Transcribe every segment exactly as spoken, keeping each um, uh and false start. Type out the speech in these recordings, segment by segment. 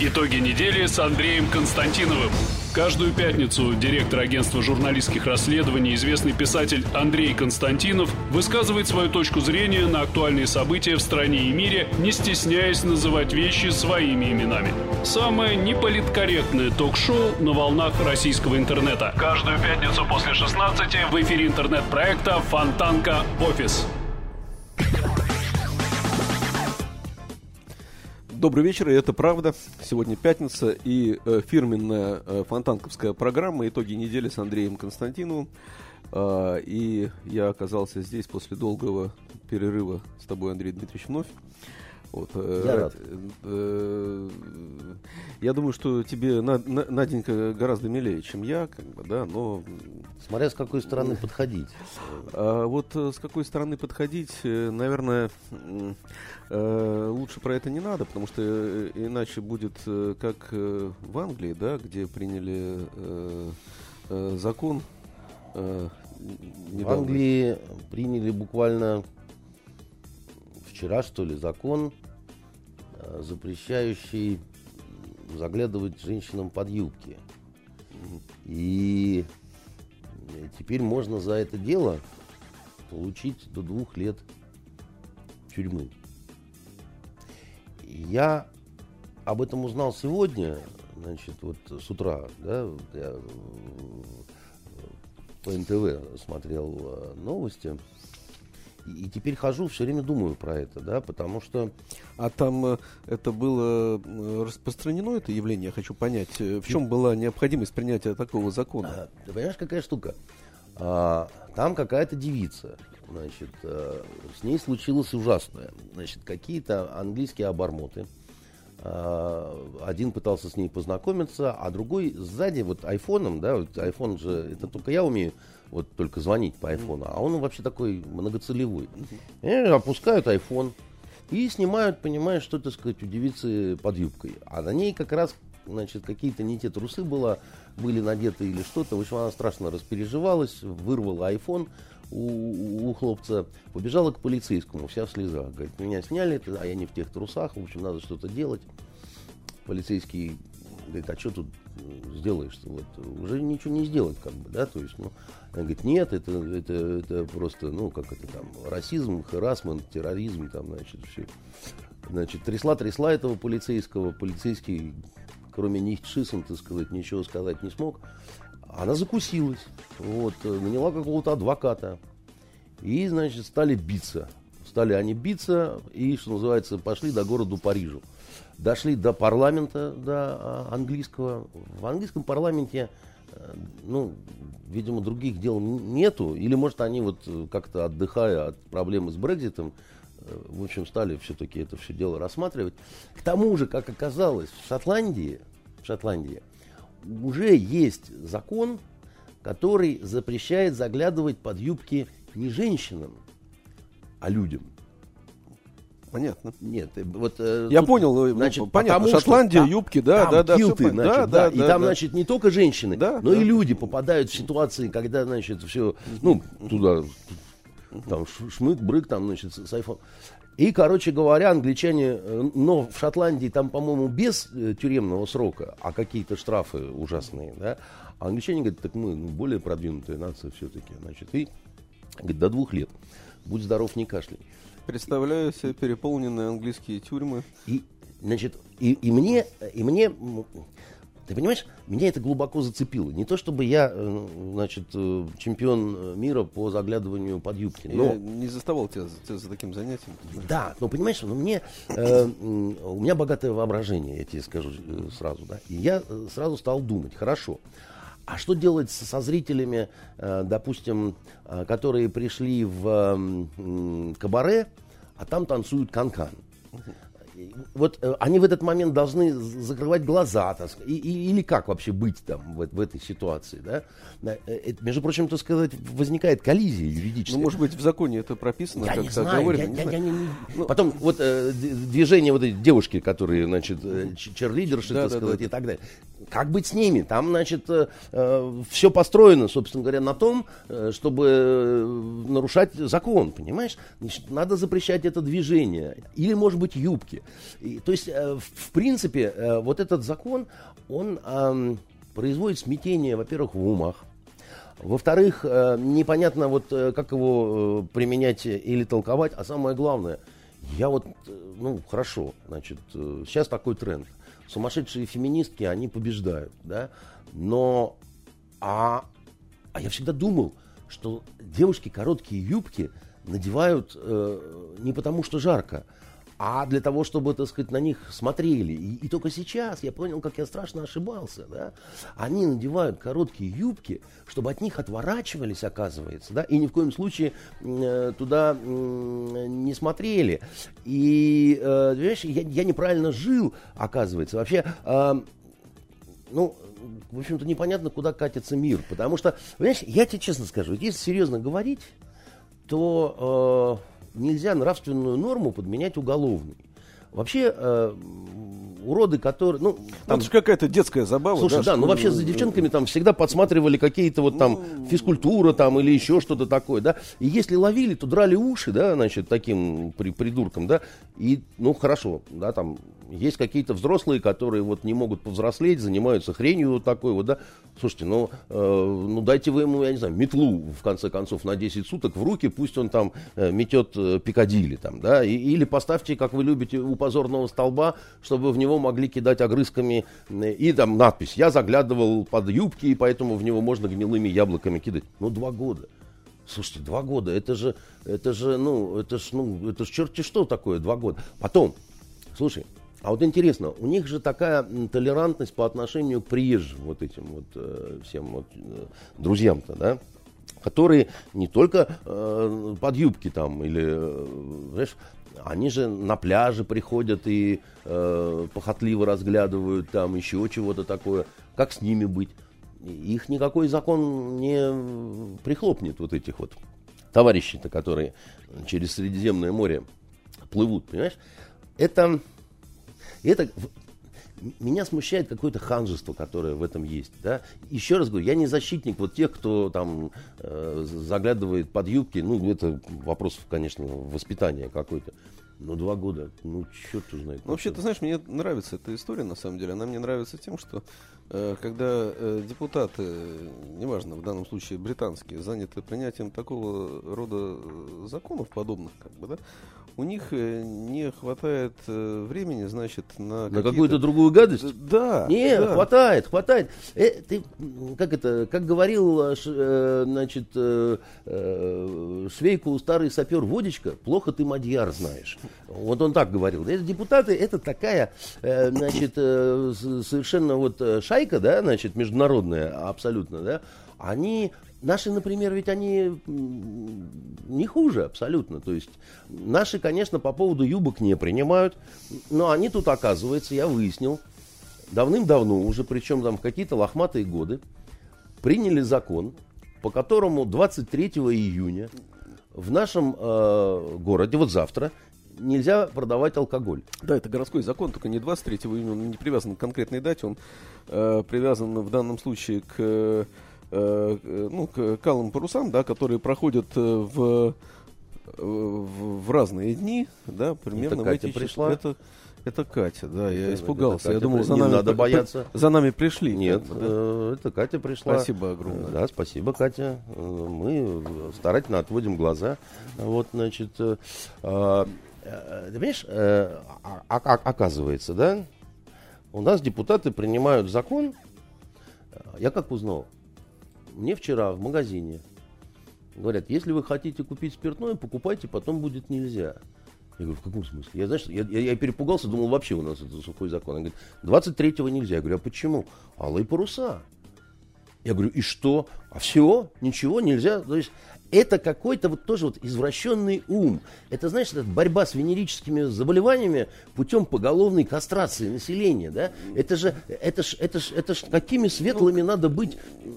Итоги недели с Андреем Константиновым. Каждую пятницу директор агентства журналистских расследований, известный писатель Андрей Константинов, высказывает свою точку зрения на актуальные события в стране и мире, не стесняясь называть вещи своими именами. Самое неполиткорректное ток-шоу на волнах российского интернета. Каждую пятницу после шестнадцати в эфире интернет-проекта «Фонтанка Офис». Добрый вечер, и это правда. Сегодня пятница и э, фирменная э, фонтанковская программа «Итоги недели» с Андреем Константиновым. Э, и я оказался здесь после долгого перерыва с тобой, Андрей Дмитриевич, вновь. Вот, э, я рад. Э, э, я думаю, что тебе, Наденька, гораздо милее, чем я, как бы, да, но... Смотря с какой стороны подходить. А вот с какой стороны подходить, наверное, лучше про это не надо, потому что иначе будет как в Англии, да, где приняли закон. В Англии приняли буквально вчера, что ли, закон, запрещающий заглядывать женщинам под юбки. И теперь можно за это дело получить до двух лет тюрьмы. Я об этом узнал сегодня, значит, вот с утра, да, я по эн тэ вэ смотрел новости. И теперь хожу, все время думаю про это, да, потому что... А там э, это было распространено, это явление, я хочу понять, в чем была необходимость принятия такого закона? А, ты понимаешь, какая штука? А, там какая-то девица, значит, а, с ней случилось ужасное. Значит, какие-то английские обормоты. А, один пытался с ней познакомиться, а другой сзади, вот айфоном, да, вот айфон же, это только я умею, вот только звонить по айфону, а он вообще такой многоцелевой. И опускают айфон и снимают, понимаешь, что, так сказать, у девицы под юбкой. А на ней как раз, значит, какие-то не те трусы было, были надеты или что-то. В общем, она страшно распереживалась, вырвала айфон у, у хлопца, побежала к полицейскому, вся в слезах. Говорит, меня сняли, а я не в тех трусах, в общем, надо что-то делать. Полицейский говорит, а что тут сделаешь-то? Вот, уже ничего не сделать, как бы, да, то есть, ну, он говорит, нет, это, это, это просто, ну, как это там, расизм, харассмент, терроризм, там, значит, все. Значит, трясла-трясла этого полицейского, полицейский, кроме нихтшисен, так сказать, ничего сказать не смог. Она закусилась, вот, наняла какого-то адвоката, и, значит, стали биться. Стали они биться, и, что называется, пошли до города Парижу. Дошли до парламента, до английского. В английском парламенте, ну, видимо, других дел нету. Или, может, они вот как-то отдыхая от проблемы с Брекситом, в общем, стали все-таки это все дело рассматривать. К тому же, как оказалось, в Шотландии, в Шотландии уже есть закон, который запрещает заглядывать под юбки не женщинам, а людям. Понятно. Нет, вот... Э, я тут, понял, значит, понятно, Шотландия, там, юбки, да, там да, да, килты, все, значит, да, да, да, и да, там, да. значит, не только женщины, да, но да, и люди попадают в ситуации, когда, значит, все, ну, туда, там, шмык-брык, там, значит, с айфон. И, короче говоря, англичане, но в Шотландии там, по-моему, без тюремного срока, а какие-то штрафы ужасные, да, а англичане говорят, так мы более продвинутая нация все-таки, значит, и, говорит, до двух лет. Будь здоров, не кашляй. Представляю себе переполненные английские тюрьмы. И, значит, и, и мне, и мне, ты понимаешь, меня это глубоко зацепило. Не то чтобы я, значит, чемпион мира по заглядыванию под юбки. Но... Я не заставал тебя, тебя за таким занятием. Да, но понимаешь, но мне, э, у меня богатое воображение, я тебе скажу сразу, да. И я сразу стал думать, хорошо. А что делать со зрителями, допустим, которые пришли в кабаре, а там танцуют канкан? Вот они в этот момент должны закрывать глаза, так сказать, и, и, или как вообще быть там в, в этой ситуации, да? Это, между прочим, так сказать, возникает коллизия юридическая. Ну, может быть, в законе это прописано, я как не знаю, оговорено, я, не я, знаю. я, я, я, ну, Потом вот э, движение вот этой девушки, которые, значит, черлидерши, да, так да, сказать, да, и так далее. Как быть с ними? Там, значит, э, э, все построено, собственно говоря, на том, э, чтобы нарушать закон, понимаешь? Значит, надо запрещать это движение. Или, может быть, юбки. юбки. И, то есть, э, в, в принципе, э, вот этот закон, он э, производит смятение, во-первых, в умах. Во-вторых, э, непонятно, вот, э, как его э, применять или толковать. А самое главное, я вот, э, ну, хорошо, значит, э, сейчас такой тренд. Сумасшедшие феминистки, они побеждают, да, но, а, а я всегда думал, что девушки короткие юбки надевают э, не потому, что жарко, а для того, чтобы, так сказать, на них смотрели. И, и только сейчас я понял, как я страшно ошибался, да. Они надевают короткие юбки, чтобы от них отворачивались, оказывается, да, и ни в коем случае э, туда э, не смотрели. И, э, понимаешь, я, я неправильно жил, оказывается. Вообще, э, ну, в общем-то, непонятно, куда катится мир. Потому что, понимаешь, я тебе честно скажу, если серьезно говорить, то... Э, нельзя нравственную норму подменять уголовной. Вообще, э, уроды, которые... Ну, там, это же какая-то детская забава. Слушай, да, да, ну вообще за девчонками там всегда подсматривали какие-то вот там ну... физкультура там или еще что-то такое, да. И если ловили, то драли уши, да, значит, таким при, придуркам, да. И, ну, хорошо, да, там есть какие-то взрослые, которые вот не могут повзрослеть, занимаются хренью вот такой вот, да. Слушайте, ну, э, ну дайте вы ему, я не знаю, метлу, в конце концов, на десять суток в руки, пусть он там э, метет э, Пикадилли там, да. И, или поставьте, как вы любите, у позорного столба, чтобы в него могли кидать огрызками, э, и там надпись: «Я заглядывал под юбки, и поэтому в него можно гнилыми яблоками кидать». Ну, два года. Слушайте, два года, это же, это же, ну, это ж, ну, это ж черти что такое, два года. Потом, слушай, а вот интересно, у них же такая толерантность по отношению к приезжим вот этим вот э, всем вот э, друзьям-то, да, которые не только э, под юбки там или, э, знаешь, они же на пляже приходят и э, похотливо разглядывают там еще чего-то такое. Как с ними быть? Их никакой закон не прихлопнет, вот этих вот товарищей-то, которые через Средиземное море плывут, понимаешь? Это... Это меня смущает какое-то ханжество, которое в этом есть. Да? Еще раз говорю, я не защитник вот тех, кто там э, заглядывает под юбки. Ну, это вопрос, конечно, воспитания какой-то. Но два года, ну, черт знает. Ну, вообще, ты знаешь, мне нравится эта история, на самом деле. Она мне нравится тем, что э, когда э, депутаты, неважно, в данном случае британские, заняты принятием такого рода законов подобных, как бы, да, у них не хватает э, времени, значит, на, на какую-то другую гадость? Да. Нет, да. хватает, хватает. Э, ты, как это, как говорил, э, значит, э, э, Швейку старый сапер Водечка, плохо ты мадьяр знаешь. Вот он так говорил. Это депутаты, это такая, э, значит, э, совершенно вот шайка, да, значит, международная абсолютно, да, они... Наши, например, ведь они не хуже абсолютно. То есть наши, конечно, по поводу юбок не принимают, но они тут, оказывается, я выяснил, давным-давно уже, причем там в какие-то лохматые годы, приняли закон, по которому двадцать третьего июня в нашем э, городе, вот завтра, нельзя продавать алкоголь. Да, это городской закон, только не двадцать третьего июня, он не привязан к конкретной дате, он э, привязан в данном случае к... ну, к калым парусам, да, которые проходят в, в, в разные дни, да, примерно. Это Катя в эти пришла? Это, это Катя, да, я это, испугался. Это я думал, при... за не нами, надо бояться. За нами пришли. Нет, как бы, да? Это Катя пришла. Спасибо огромное. Да, спасибо, Катя. Мы старательно отводим глаза. Вот, значит, э, э, ты понимаешь, э, а, а, оказывается, да, у нас депутаты принимают закон. Я как узнал? Мне вчера в магазине говорят: если вы хотите купить спиртное, покупайте, потом будет нельзя. Я говорю: в каком смысле? Я, знаешь, я, я, я перепугался, думал, вообще у нас это сухой закон. Они говорят: двадцать третьего нельзя. Я говорю: а почему? Алые паруса. Я говорю: и что? А все, ничего нельзя. То есть это какой-то вот тоже вот извращенный ум. Это, знаешь, это борьба с венерическими заболеваниями путем поголовной кастрации населения, да? Это же, это ж, это ж, это ж какими светлыми ну, надо быть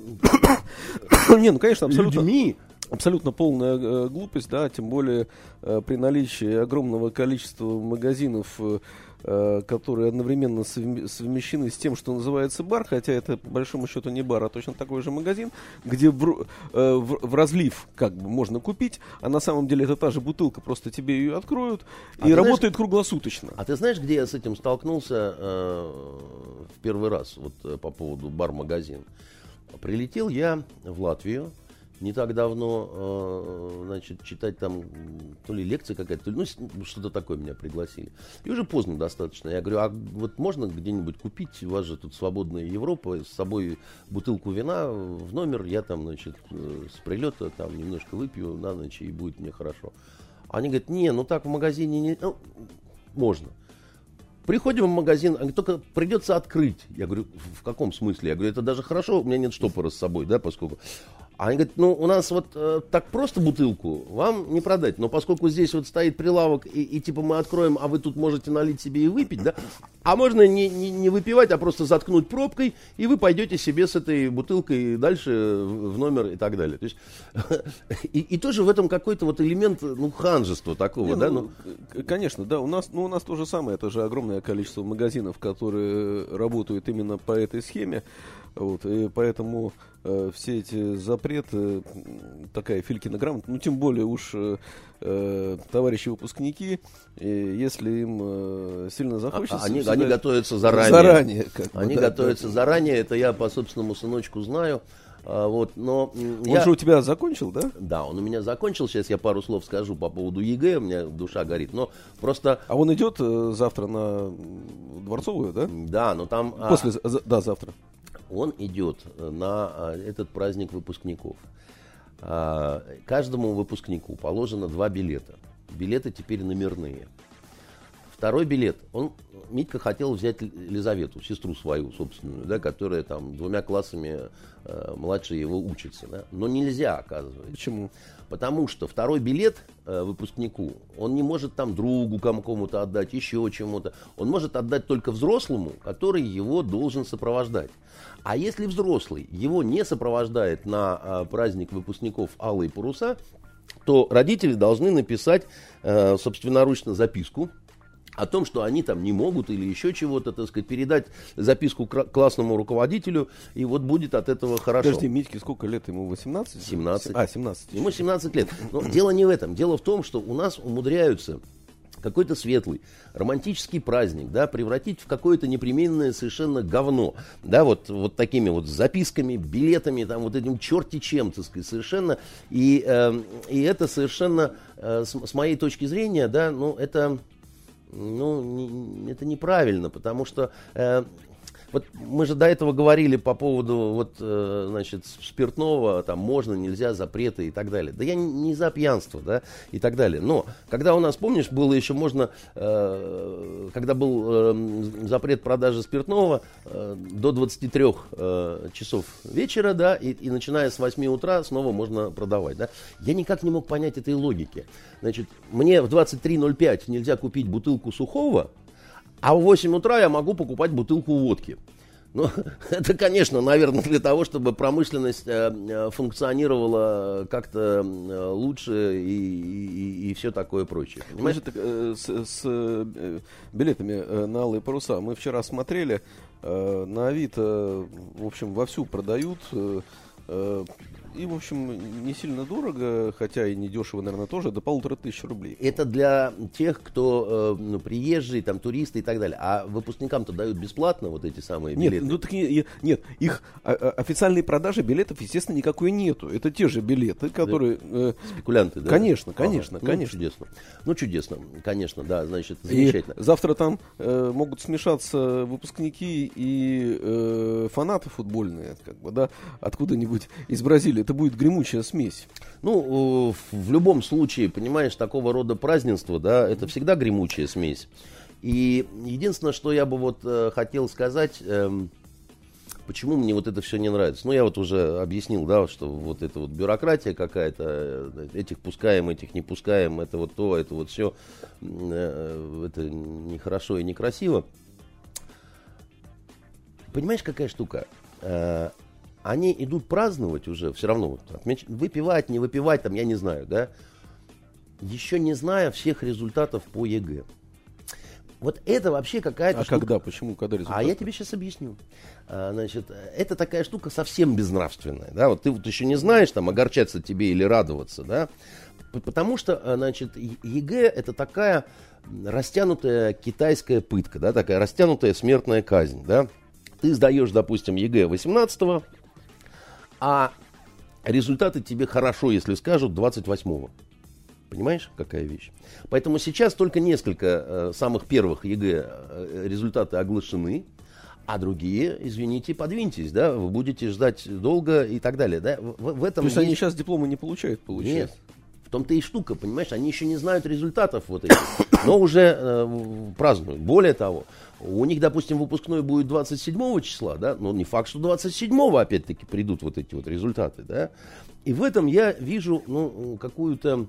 не, ну, конечно, абсолютно, людьми. Абсолютно полная э, глупость, да, тем более э, при наличии огромного количества магазинов э, э, которые одновременно совмещены с тем, что называется бар, хотя это по большому счету не бар, а точно такой же магазин, где в, э, в, в разлив как бы можно купить, а на самом деле это та же бутылка, просто тебе ее откроют, а и работает знаешь, круглосуточно. А ты знаешь, где я с этим столкнулся э, в первый раз, вот э, по поводу бар-магазин? Прилетел я в Латвию не так давно, э, значит, читать там то ли лекция какая-то, то ли, ну, что-то такое меня пригласили. И уже поздно достаточно. Я говорю, а вот можно где-нибудь купить, у вас же тут свободная Европа, с собой бутылку вина в номер, я там, значит, с прилета там немножко выпью на ночь, и будет мне хорошо. Они говорят, не, ну так в магазине не... Ну, можно. Приходим в магазин, они только придется открыть. Я говорю, в каком смысле? Я говорю, это даже хорошо, у меня нет штопора с собой, да, поскольку... А они говорят, ну, у нас вот э, так просто бутылку вам не продать, но поскольку здесь вот стоит прилавок, и, и типа мы откроем, а вы тут можете налить себе и выпить, да, а можно не, не, не выпивать, а просто заткнуть пробкой, и вы пойдете себе с этой бутылкой дальше в номер и так далее. То есть, и, и тоже в этом какой-то вот элемент, ну, ханжества такого, не, да? Ну, ну, конечно, да, у нас, ну, у нас то же самое, это же огромное количество магазинов, которые работают именно по этой схеме. Вот, и поэтому э, все эти запреты, такая Филькина грамота, ну, тем более уж э, товарищи выпускники, э, если им э, сильно захочется... А, они, всегда... они готовятся заранее. Заранее. Как бы, они да, готовятся да. заранее, это я по собственному сыночку знаю. А, вот, но он я... же у тебя закончил, да? Да, он у меня закончил. Сейчас я пару слов скажу по поводу ЕГЭ. У меня душа горит. Но просто... А он идет э, завтра на Дворцовую, да? Да, но там... После, а... да, завтра. Он идет на этот праздник выпускников. Каждому выпускнику положено два билета. Билеты теперь номерные. Второй билет, он, Митька хотел взять Лизавету, сестру свою собственную, да, которая там двумя классами э, младше его учится. Да, но нельзя, оказывается. Почему? Потому что второй билет э, выпускнику, он не может там другу кому-то отдать, еще чему-то. Он может отдать только взрослому, который его должен сопровождать. А если взрослый его не сопровождает на э, праздник выпускников «Алые паруса», то родители должны написать э, собственноручно записку о том, что они там не могут или еще чего-то, так сказать, передать записку классному руководителю, и вот будет от этого хорошо. Подожди, Митьке сколько лет? Ему восемнадцать? семнадцать. А, семнадцать. Ему семнадцать лет. Но дело не в этом. Дело в том, что у нас умудряются какой-то светлый, романтический праздник, да, превратить в какое-то непременное совершенно говно, да, вот, вот такими вот записками, билетами, там, вот этим черти чем, так сказать, совершенно, и, э, и это совершенно, э, с, с моей точки зрения, да, ну, это... Ну, не, это неправильно, потому что э, вот мы же до этого говорили по поводу вот, э, значит, спиртного, там можно, нельзя, запреты и так далее. Да я не, не за пьянство, да, и так далее. Но когда у нас, помнишь, было еще можно, э, когда был э, запрет продажи спиртного э, до двадцати трёх э, часов вечера, да, и, и начиная с восьми утра снова можно продавать, да. Я никак не мог понять этой логики. Значит, мне в двадцать три ноль пять нельзя купить бутылку сухого, а в восемь утра я могу покупать бутылку водки. Ну, это, конечно, наверное, для того, чтобы промышленность э, функционировала как-то э, лучше и, и, и все такое прочее. Понимаешь? Значит, э, с, с э, билетами э, на «Алые паруса» мы вчера смотрели, э, на Авито, в общем, вовсю продают. Э, э, И, в общем, не сильно дорого, хотя и не дешево, наверное, тоже, до полутора тысяч рублей. Это для тех, кто э, ну, приезжие, там, туристы и так далее. А выпускникам-то дают бесплатно вот эти самые билеты? Нет, ну, так, не, нет, их а, а, официальной продажи билетов, естественно, никакой нету. Это те же билеты, которые... Э, Спекулянты, да? Конечно, конечно, ага. конечно. Ну, чудесно. Ну, чудесно, конечно, да, значит, замечательно. И завтра там э, могут смешаться выпускники и э, фанаты футбольные, как бы, да, откуда-нибудь из Бразилии. Это будет гремучая смесь. Ну, в любом случае, понимаешь, такого рода празднество, да, это всегда гремучая смесь. И единственное, что я бы вот э, хотел сказать, э, почему мне вот это все не нравится. Ну, я вот уже объяснил, да, что вот эта вот бюрократия какая-то, этих пускаем, этих не пускаем, это вот то, это вот все, э, это нехорошо и некрасиво. Понимаешь, какая штука? Э, Они идут праздновать уже, все равно, вот, отмеч... выпивать, не выпивать, там, я не знаю, да, еще не зная всех результатов по ЕГЭ. вот это вообще какая-то А штука. когда? Почему? Когда результат? А я тебе сейчас объясню. А, значит, это такая штука совсем безнравственная. Да? Вот ты вот еще не знаешь, там, огорчаться тебе или радоваться. Да? Потому что, значит, ЕГЭ это такая растянутая китайская пытка, да? Такая растянутая смертная казнь. Да? Ты сдаешь, допустим, ЕГЭ восемнадцатого, а результаты тебе хорошо, если скажут, двадцать восьмого. Понимаешь, какая вещь? Поэтому сейчас только несколько э, самых первых ЕГЭ э, результаты оглашены, а другие, извините, подвиньтесь, да, вы будете ждать долго и так далее, да. В, в этом То есть есть... они сейчас дипломы не получают, получается? Нет. В том-то и штука, понимаешь, они еще не знают результатов вот этих, но уже э, празднуют. Более того, у них, допустим, выпускной будет двадцать седьмого числа, да, но не факт, что двадцать седьмого опять-таки придут вот эти вот результаты, да. И в этом я вижу, ну, какую-то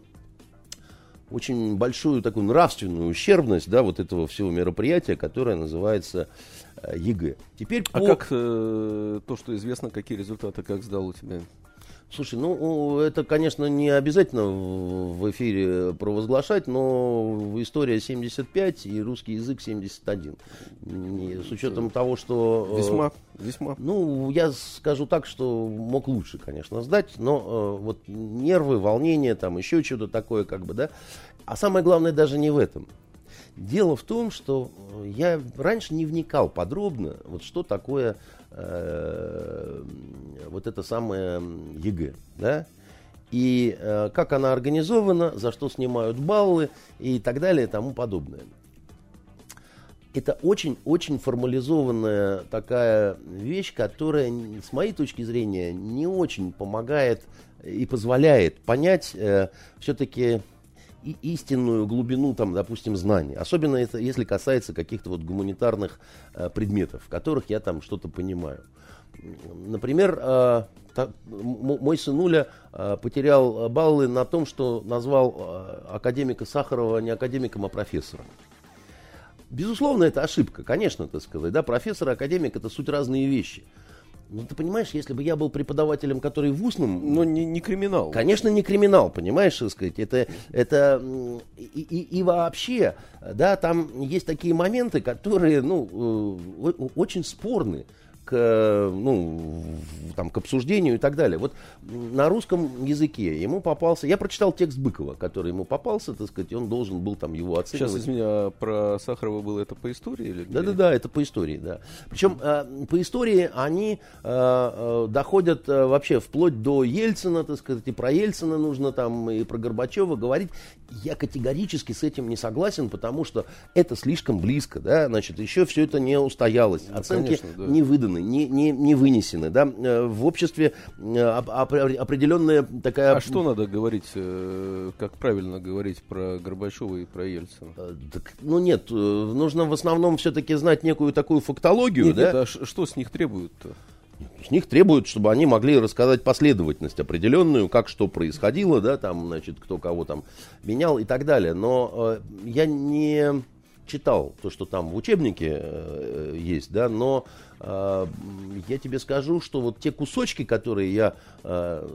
очень большую такую нравственную ущербность, да, вот этого всего мероприятия, которое называется э, ЕГЭ. Теперь а по... как э, то, что известно, какие результаты, как сдал у тебя? Слушай, ну, это, конечно, не обязательно в эфире провозглашать, но история семьдесят пять и русский язык семьдесят один. С учетом того, что... Весьма, весьма. Ну, я скажу так, что мог лучше, конечно, сдать, но вот нервы, волнение, там еще что-то такое, как бы, да. А самое главное даже не в этом. Дело в том, что я раньше не вникал подробно, вот что такое э, вот это самое ЕГЭ, да, и э, как она организована, за что снимают баллы и так далее и тому подобное. Это очень-очень формализованная такая вещь, которая, с моей точки зрения, не очень помогает и позволяет понять э, все-таки... и истинную глубину, там, допустим, знаний. Особенно это, если касается каких-то вот гуманитарных э, предметов, в которых я там что-то понимаю. Например, э, та, м- мой сынуля э, потерял баллы на том, что назвал э, академика Сахарова не академиком, а профессором. Безусловно, это ошибка, конечно, так сказать. Да? Профессор и академик — это суть разные вещи. Ну, ты понимаешь, если бы я был преподавателем, который в устном... Но не, не криминал. Конечно, не криминал, понимаешь, так сказать. Это, это и, и, и вообще, да, там есть такие моменты, которые, ну, очень спорны к, ну, там, к обсуждению и так далее. Вот на русском языке ему попался... Я прочитал текст Быкова, который ему попался, так сказать, и он должен был там его оценивать. Сейчас, извини, а про Сахарова было это по истории? Или Да-да-да, это по истории, да. Причем э, по истории они э, э, доходят э, вообще вплоть до Ельцина, так сказать, и про Ельцина нужно там, и про Горбачева говорить. Я категорически с этим не согласен, потому что это слишком близко, да, значит, еще все это не устоялось, ну, оценки конечно, да. не выданы, не, не, не вынесены, да, в обществе определенная такая... А что надо говорить, как правильно говорить про Горбачева и про Ельцина? Так, ну нет, нужно в основном все-таки знать некую такую фактологию, нет, да? Нет, а что с них требуют-то? С них требуют, чтобы они могли рассказать последовательность определенную, как что происходило, да, там, значит, кто кого там менял и так далее. Но э, я не читал то, что там в учебнике э, есть, да, но э, я тебе скажу, что вот те кусочки, которые я э,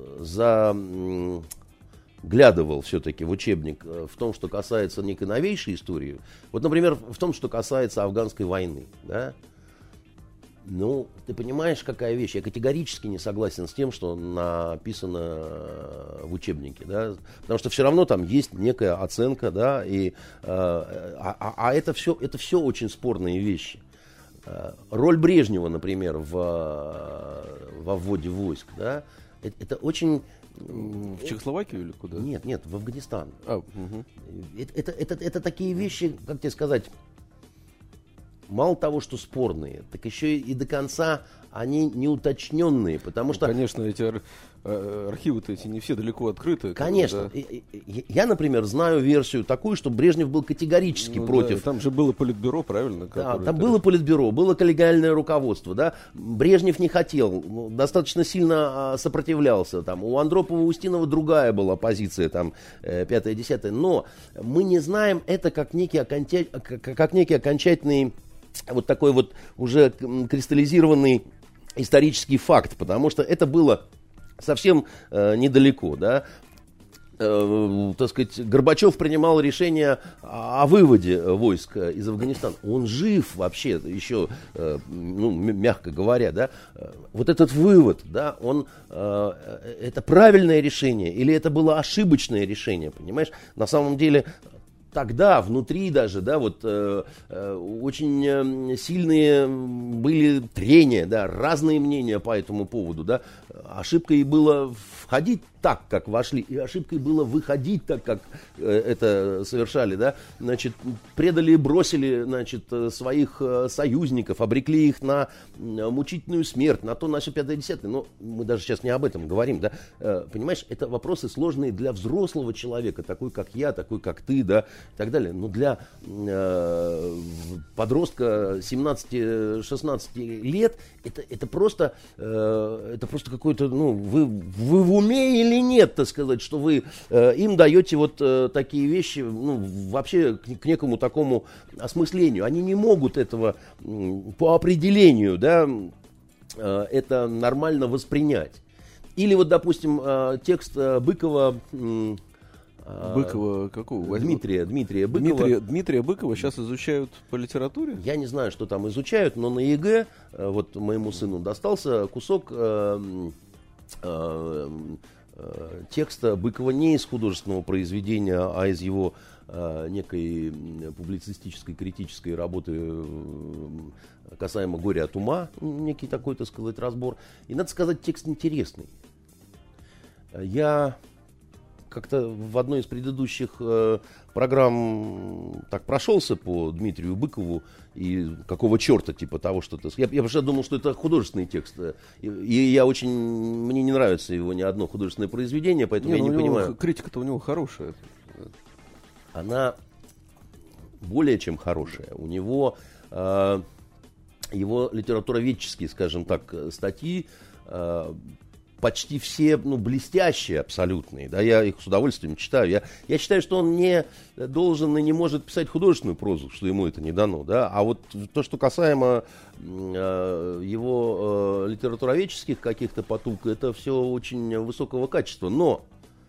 заглядывал все-таки в учебник э, в том, что касается некой новейшей истории, вот, например, в том, что касается афганской войны, да. Ну, ты понимаешь, какая вещь? Я категорически не согласен с тем, что написано в учебнике, да, потому что все равно там есть некая оценка, да, и, э, а, а это все, это все очень спорные вещи. Роль Брежнева, например, в, во вводе войск, да, это, это очень... В Чехословакию или куда? Нет, нет, в Афганистан. А, угу. это, это, это, это такие вещи, как тебе сказать... Мало того, что спорные, так еще и до конца они неуточненные, потому что... Конечно, эти ар- архивы-то эти не все далеко открыты. Конечно. Да. Я, например, знаю версию такую, что Брежнев был категорически ну, против. Да, там же было политбюро, правильно? Да, там это... было политбюро, было коллегиальное руководство. Да? Брежнев не хотел, достаточно сильно сопротивлялся. Там. У Андропова, Устинова другая была позиция, там, пятое-десятое. Но мы не знаем это как некий, оконча... как некий окончательный... вот такой вот уже кристаллизированный исторический факт, потому что это было совсем э, недалеко, да. э, так сказать, Горбачев принимал решение о, о выводе войск из Афганистана. Он жив вообще, еще, э, ну, мягко говоря, да. Вот этот вывод, да, он, э, это правильное решение или это было ошибочное решение, понимаешь? На самом деле... Тогда внутри даже, да, вот э, э, очень э, сильные были трения, да, разные мнения по этому поводу, да. Ошибкой было входить так, как вошли, и ошибкой было выходить так, как э, это совершали, да. Значит, предали и бросили, значит, своих э, союзников, обрекли их на э, мучительную смерть, на то, на все пятое, десятое. Но мы даже сейчас не об этом говорим, да. Э, понимаешь, это вопросы сложные для взрослого человека, такой, как я, такой, как ты, да, и так далее. Но для э, подростка семнадцати-шестнадцати лет это, это просто э, это просто какой-то, ну, вы, вы в уме или нет, так сказать, что вы э, им даете вот э, такие вещи, ну, вообще к, к некому такому осмыслению. Они не могут этого э, по определению, да, э, это нормально воспринять. Или вот, допустим, э, текст э, Быкова... Э, Быкова какого? Дмитрия, Дмитрия Быкова. Дмитрия, Дмитрия Быкова сейчас изучают по литературе? Я не знаю, что там изучают, но на ЕГЭ, вот моему сыну достался кусок э, э, э, текста Быкова не из художественного произведения, а из его э, некой публицистической, критической работы э, касаемо «Горя от ума», некий такой, так сказать, разбор. И, надо сказать, текст интересный. Я... Как-то в одной из предыдущих э, программ так прошелся по Дмитрию Быкову и какого черта типа того, что-то... Я, я вообще думал, что это художественный текст. И, и я очень... Мне не нравится его ни одно художественное произведение, поэтому не, я не понимаю... Критика-то у него хорошая. Она более чем хорошая. У него э, его литературоведческие, скажем так, статьи... Э, почти все, ну, блестящие абсолютные, да, я их с удовольствием читаю. Я, я считаю, что он не должен и не может писать художественную прозу, что ему это не дано, да, а вот то, что касаемо э, его э, литературоведческих каких-то потуг, это все очень высокого качества, но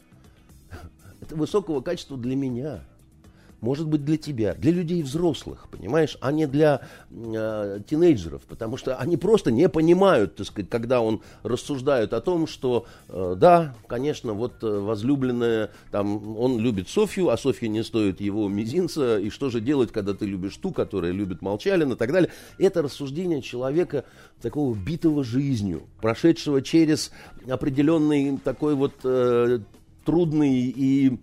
это высокого качества для меня. Может быть, для тебя, для людей взрослых, понимаешь, а не для э, тинейджеров, потому что они просто не понимают, так сказать, когда он рассуждает о том, что, э, да, конечно, вот э, возлюбленная, там, он любит Софью, а Софья не стоит его мизинца, и что же делать, когда ты любишь ту, которая любит Молчалина, и так далее. Это рассуждение человека такого битого жизнью, прошедшего через определенный такой вот э, трудный и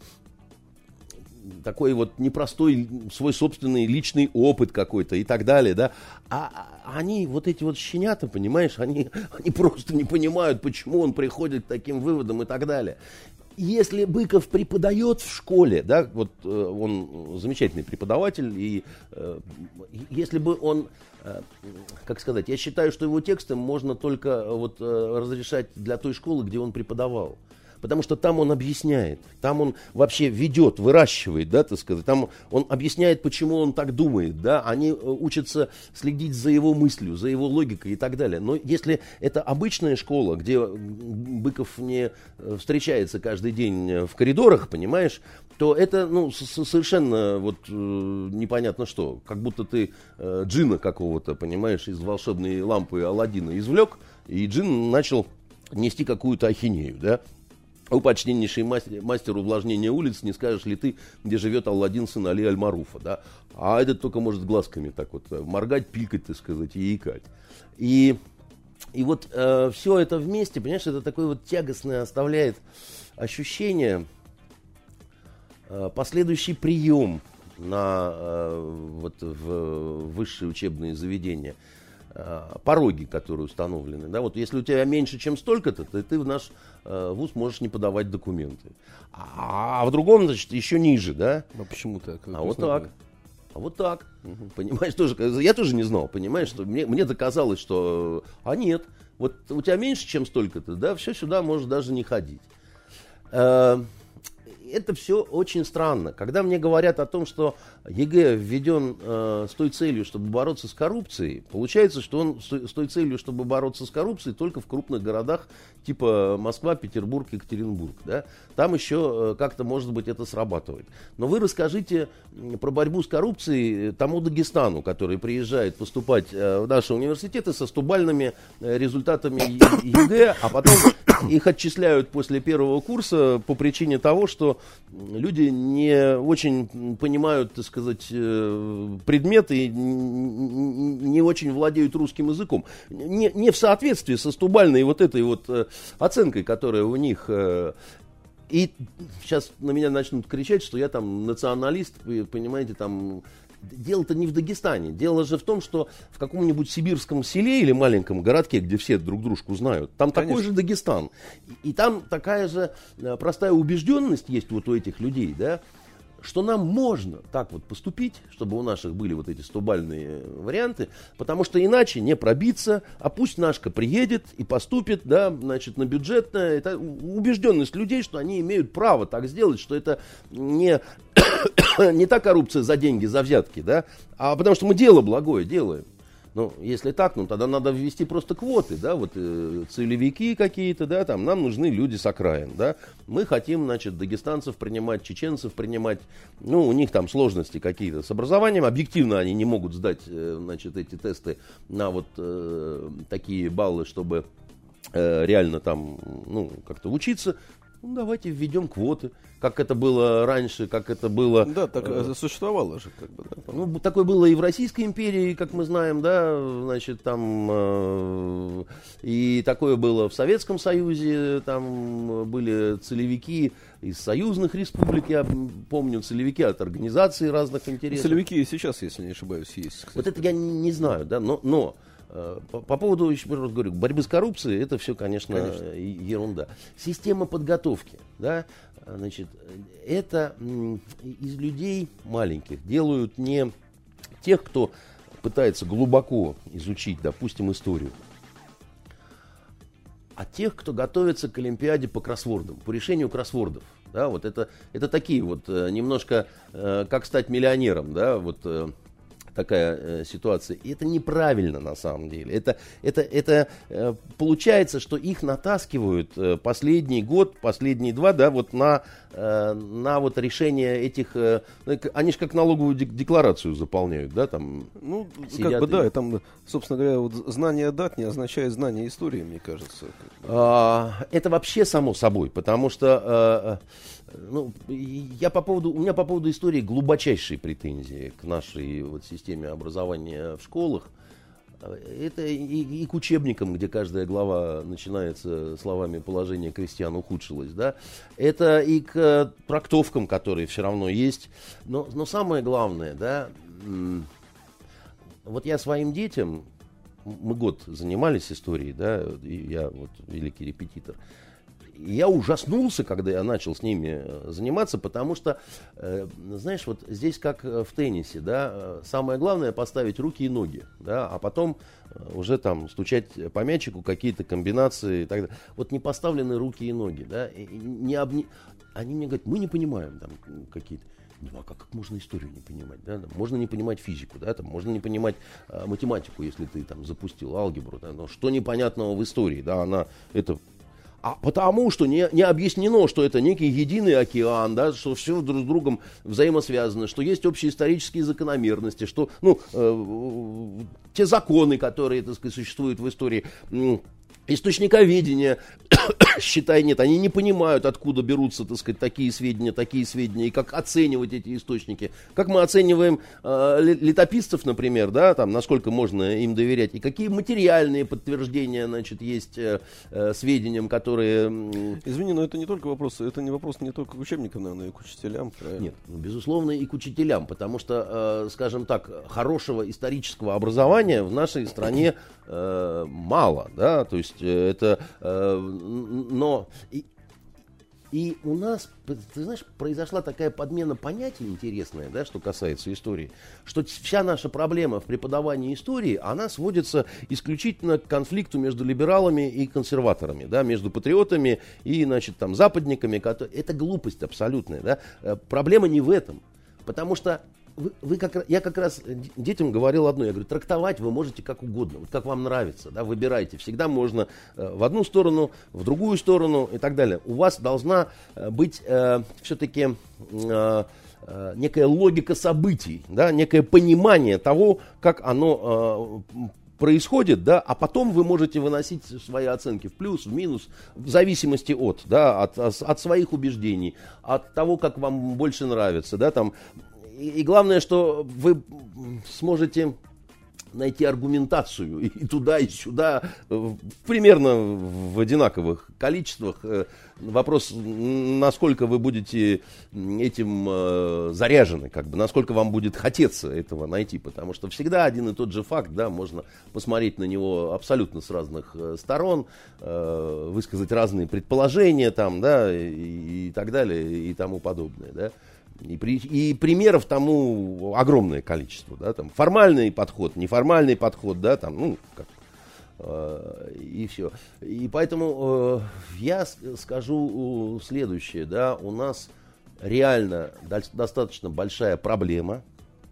такой вот непростой свой собственный личный опыт какой-то и так далее, да, а они, вот эти вот щенята, понимаешь, они, они просто не понимают, почему он приходит к таким выводам и так далее. Если Быков преподает в школе, да, вот э, он замечательный преподаватель, и э, если бы он, э, как сказать, я считаю, что его тексты можно только вот э, разрешать для той школы, где он преподавал. Потому что там он объясняет, там он вообще ведет, выращивает, да, так сказать, там он объясняет, почему он так думает, да, они учатся следить за его мыслью, за его логикой и так далее. Но если это обычная школа, где Быков не встречается каждый день в коридорах, понимаешь, то это, ну, совершенно вот непонятно что, как будто ты джинна какого-то, понимаешь, из волшебной лампы Аладдина извлек, и джин начал нести какую-то ахинею, да. У почтеннейший мастер, мастер увлажнения улиц, не скажешь ли ты, где живет Алладин, сын Али Аль-Маруфа, да? А этот только может глазками так вот моргать, пилькать, так сказать, и икать. И, и вот э, все это вместе, понимаешь, это такое вот тягостное оставляет ощущение, э, последующий прием на э, вот, в высшие учебные заведения, пороги, которые установлены. Да? Вот если у тебя меньше, чем столько-то, то ты в наш э, вуз можешь не подавать документы. А, а в другом, значит, еще ниже, да? А почему так? А вот так. А вот так. Угу. Понимаешь, тоже, я тоже не знал, понимаешь, что мне, мне доказалось, что... А нет, вот у тебя меньше, чем столько-то, да, все сюда можешь даже не ходить. Э, это все очень странно. Когда мне говорят о том, что ЕГЭ введен э, с той целью, чтобы бороться с коррупцией, получается, что он с, с той целью, чтобы бороться с коррупцией, только в крупных городах типа Москва, Петербург, Екатеринбург. Да? Там еще э, как-то, может быть, это срабатывает. Но вы расскажите про борьбу с коррупцией тому Дагестану, который приезжает поступать э, в наши университеты со стубальными э, результатами ЕГЭ, а потом их отчисляют после первого курса по причине того, что люди не очень понимают, так сказать, предметы и не очень владеют русским языком. Не, не в соответствии со стубальной вот этой вот оценкой, которая у них... И сейчас на меня начнут кричать, что я там националист, понимаете, там... Дело-то не в Дагестане. Дело же в том, что в каком-нибудь сибирском селе или маленьком городке, где все друг дружку знают, там Конечно. Такой же Дагестан. И, и там такая же простая убежденность есть вот у этих людей, да, что нам можно так вот поступить, чтобы у наших были вот эти стобальные варианты, потому что иначе не пробиться, а пусть Нашка приедет и поступит, да, значит, на бюджетное. Это убежденность людей, что они имеют право так сделать, что это не, не та коррупция за деньги, за взятки, да, а потому что мы дело благое делаем. Ну, если так, ну, тогда надо ввести просто квоты, да, вот э, целевики какие-то, да, там, нам нужны люди с окраин, да. Мы хотим, значит, дагестанцев принимать, чеченцев принимать, ну, у них там сложности какие-то с образованием, объективно они не могут сдать, э, значит, эти тесты на вот э, такие баллы, чтобы э, реально там, ну, как-то учиться. Ну, давайте введем квоты, как это было раньше, как это было... Да, так э, существовало же, как бы, да. Ну, такое было и в Российской империи, как мы знаем, да, значит, там, э, и такое было в Советском Союзе, там были целевики из союзных республик, я помню, целевики от организаций разных интересов. Целевики и сейчас, если не ошибаюсь, есть, кстати. Вот это я не, не знаю, да, но... но По, по поводу, еще раз говорю, борьбы с коррупцией, это все, конечно, конечно, ерунда. Система подготовки, да, значит, это из людей маленьких делают не тех, кто пытается глубоко изучить, допустим, историю, а тех, кто готовится к Олимпиаде по кроссвордам, по решению кроссвордов. Да, вот это, это такие вот немножко, как стать миллионером, да, вот... такая э, ситуация. И это неправильно на самом деле. Это, это, это э, получается, что их натаскивают э, последний год, последние два, да, вот на, э, на вот решение этих... Э, они же как налоговую декларацию заполняют, да, там. Ну, как бы, и... да, и там, собственно говоря, вот знание дат не означает знание истории, мне кажется. А, это вообще само собой, потому что... Э, Ну, я по поводу, у меня по поводу истории глубочайшие претензии к нашей вот системе образования в школах. Это и, и к учебникам, где каждая глава начинается словами «положение крестьян ухудшилось». Да? Это и к трактовкам, которые все равно есть. Но, но самое главное, да, вот я своим детям, мы год занимались историей, да, и я вот великий репетитор. Я ужаснулся, когда я начал с ними заниматься, потому что, э, знаешь, вот здесь как в теннисе, да, самое главное поставить руки и ноги, да, а потом уже там стучать по мячику, какие-то комбинации и так далее. Вот не поставлены руки и ноги, да, и не обни... Они мне говорят, мы не понимаем там какие-то. Ну, а как, как можно историю не понимать, да? Можно не понимать физику, да, там, можно не понимать э, математику, если ты там запустил алгебру, да, но что непонятного в истории, да, она это... А потому что не, не объяснено, что это некий единый океан, да, что все друг с другом взаимосвязано, что есть общие исторические закономерности, что ну, э, те законы, которые, так сказать, существуют в истории, э, источниковедения, считай, нет, они не понимают, откуда берутся, так сказать, такие сведения, такие сведения, и как оценивать эти источники. Как мы оцениваем э, летописцев, например, да, там, насколько можно им доверять, и какие материальные подтверждения, значит, есть э, э, сведениям, которые... Извини, но это не только вопрос, это не вопрос не только к учебникам, наверное, и к учителям. Правильно? Нет, ну, безусловно, и к учителям, потому что, э, скажем так, хорошего исторического образования в нашей стране э, мало, да, то есть это... Э, но и, И у нас, ты знаешь, произошла такая подмена понятий интересная, да, что касается истории, что вся наша проблема в преподавании истории, она сводится исключительно к конфликту между либералами и консерваторами, да, между патриотами и, значит, там, западниками. Это глупость абсолютная, да. Проблема не в этом, потому что Вы, вы как, я как раз детям говорил одно, я говорю, трактовать вы можете как угодно, вот как вам нравится, да, выбирайте, всегда можно э, в одну сторону, в другую сторону и так далее. У вас должна быть э, все-таки э, э, некая логика событий, да, некое понимание того, как оно э, происходит, да, а потом вы можете выносить свои оценки в плюс, в минус, в зависимости от, да, от, от своих убеждений, от того, как вам больше нравится, да, там. И главное, что вы сможете найти аргументацию и туда, и сюда, примерно в одинаковых количествах. Вопрос, насколько вы будете этим заряжены, как бы, насколько вам будет хотеться этого найти. Потому что всегда один и тот же факт, да, можно посмотреть на него абсолютно с разных сторон, высказать разные предположения, там, да, и, и так далее, и тому подобное, да. И, при, и примеров тому огромное количество, да, там формальный подход, неформальный подход, да, там, ну, как, э, и все. И поэтому э, я скажу следующее, да, у нас реально достаточно большая проблема.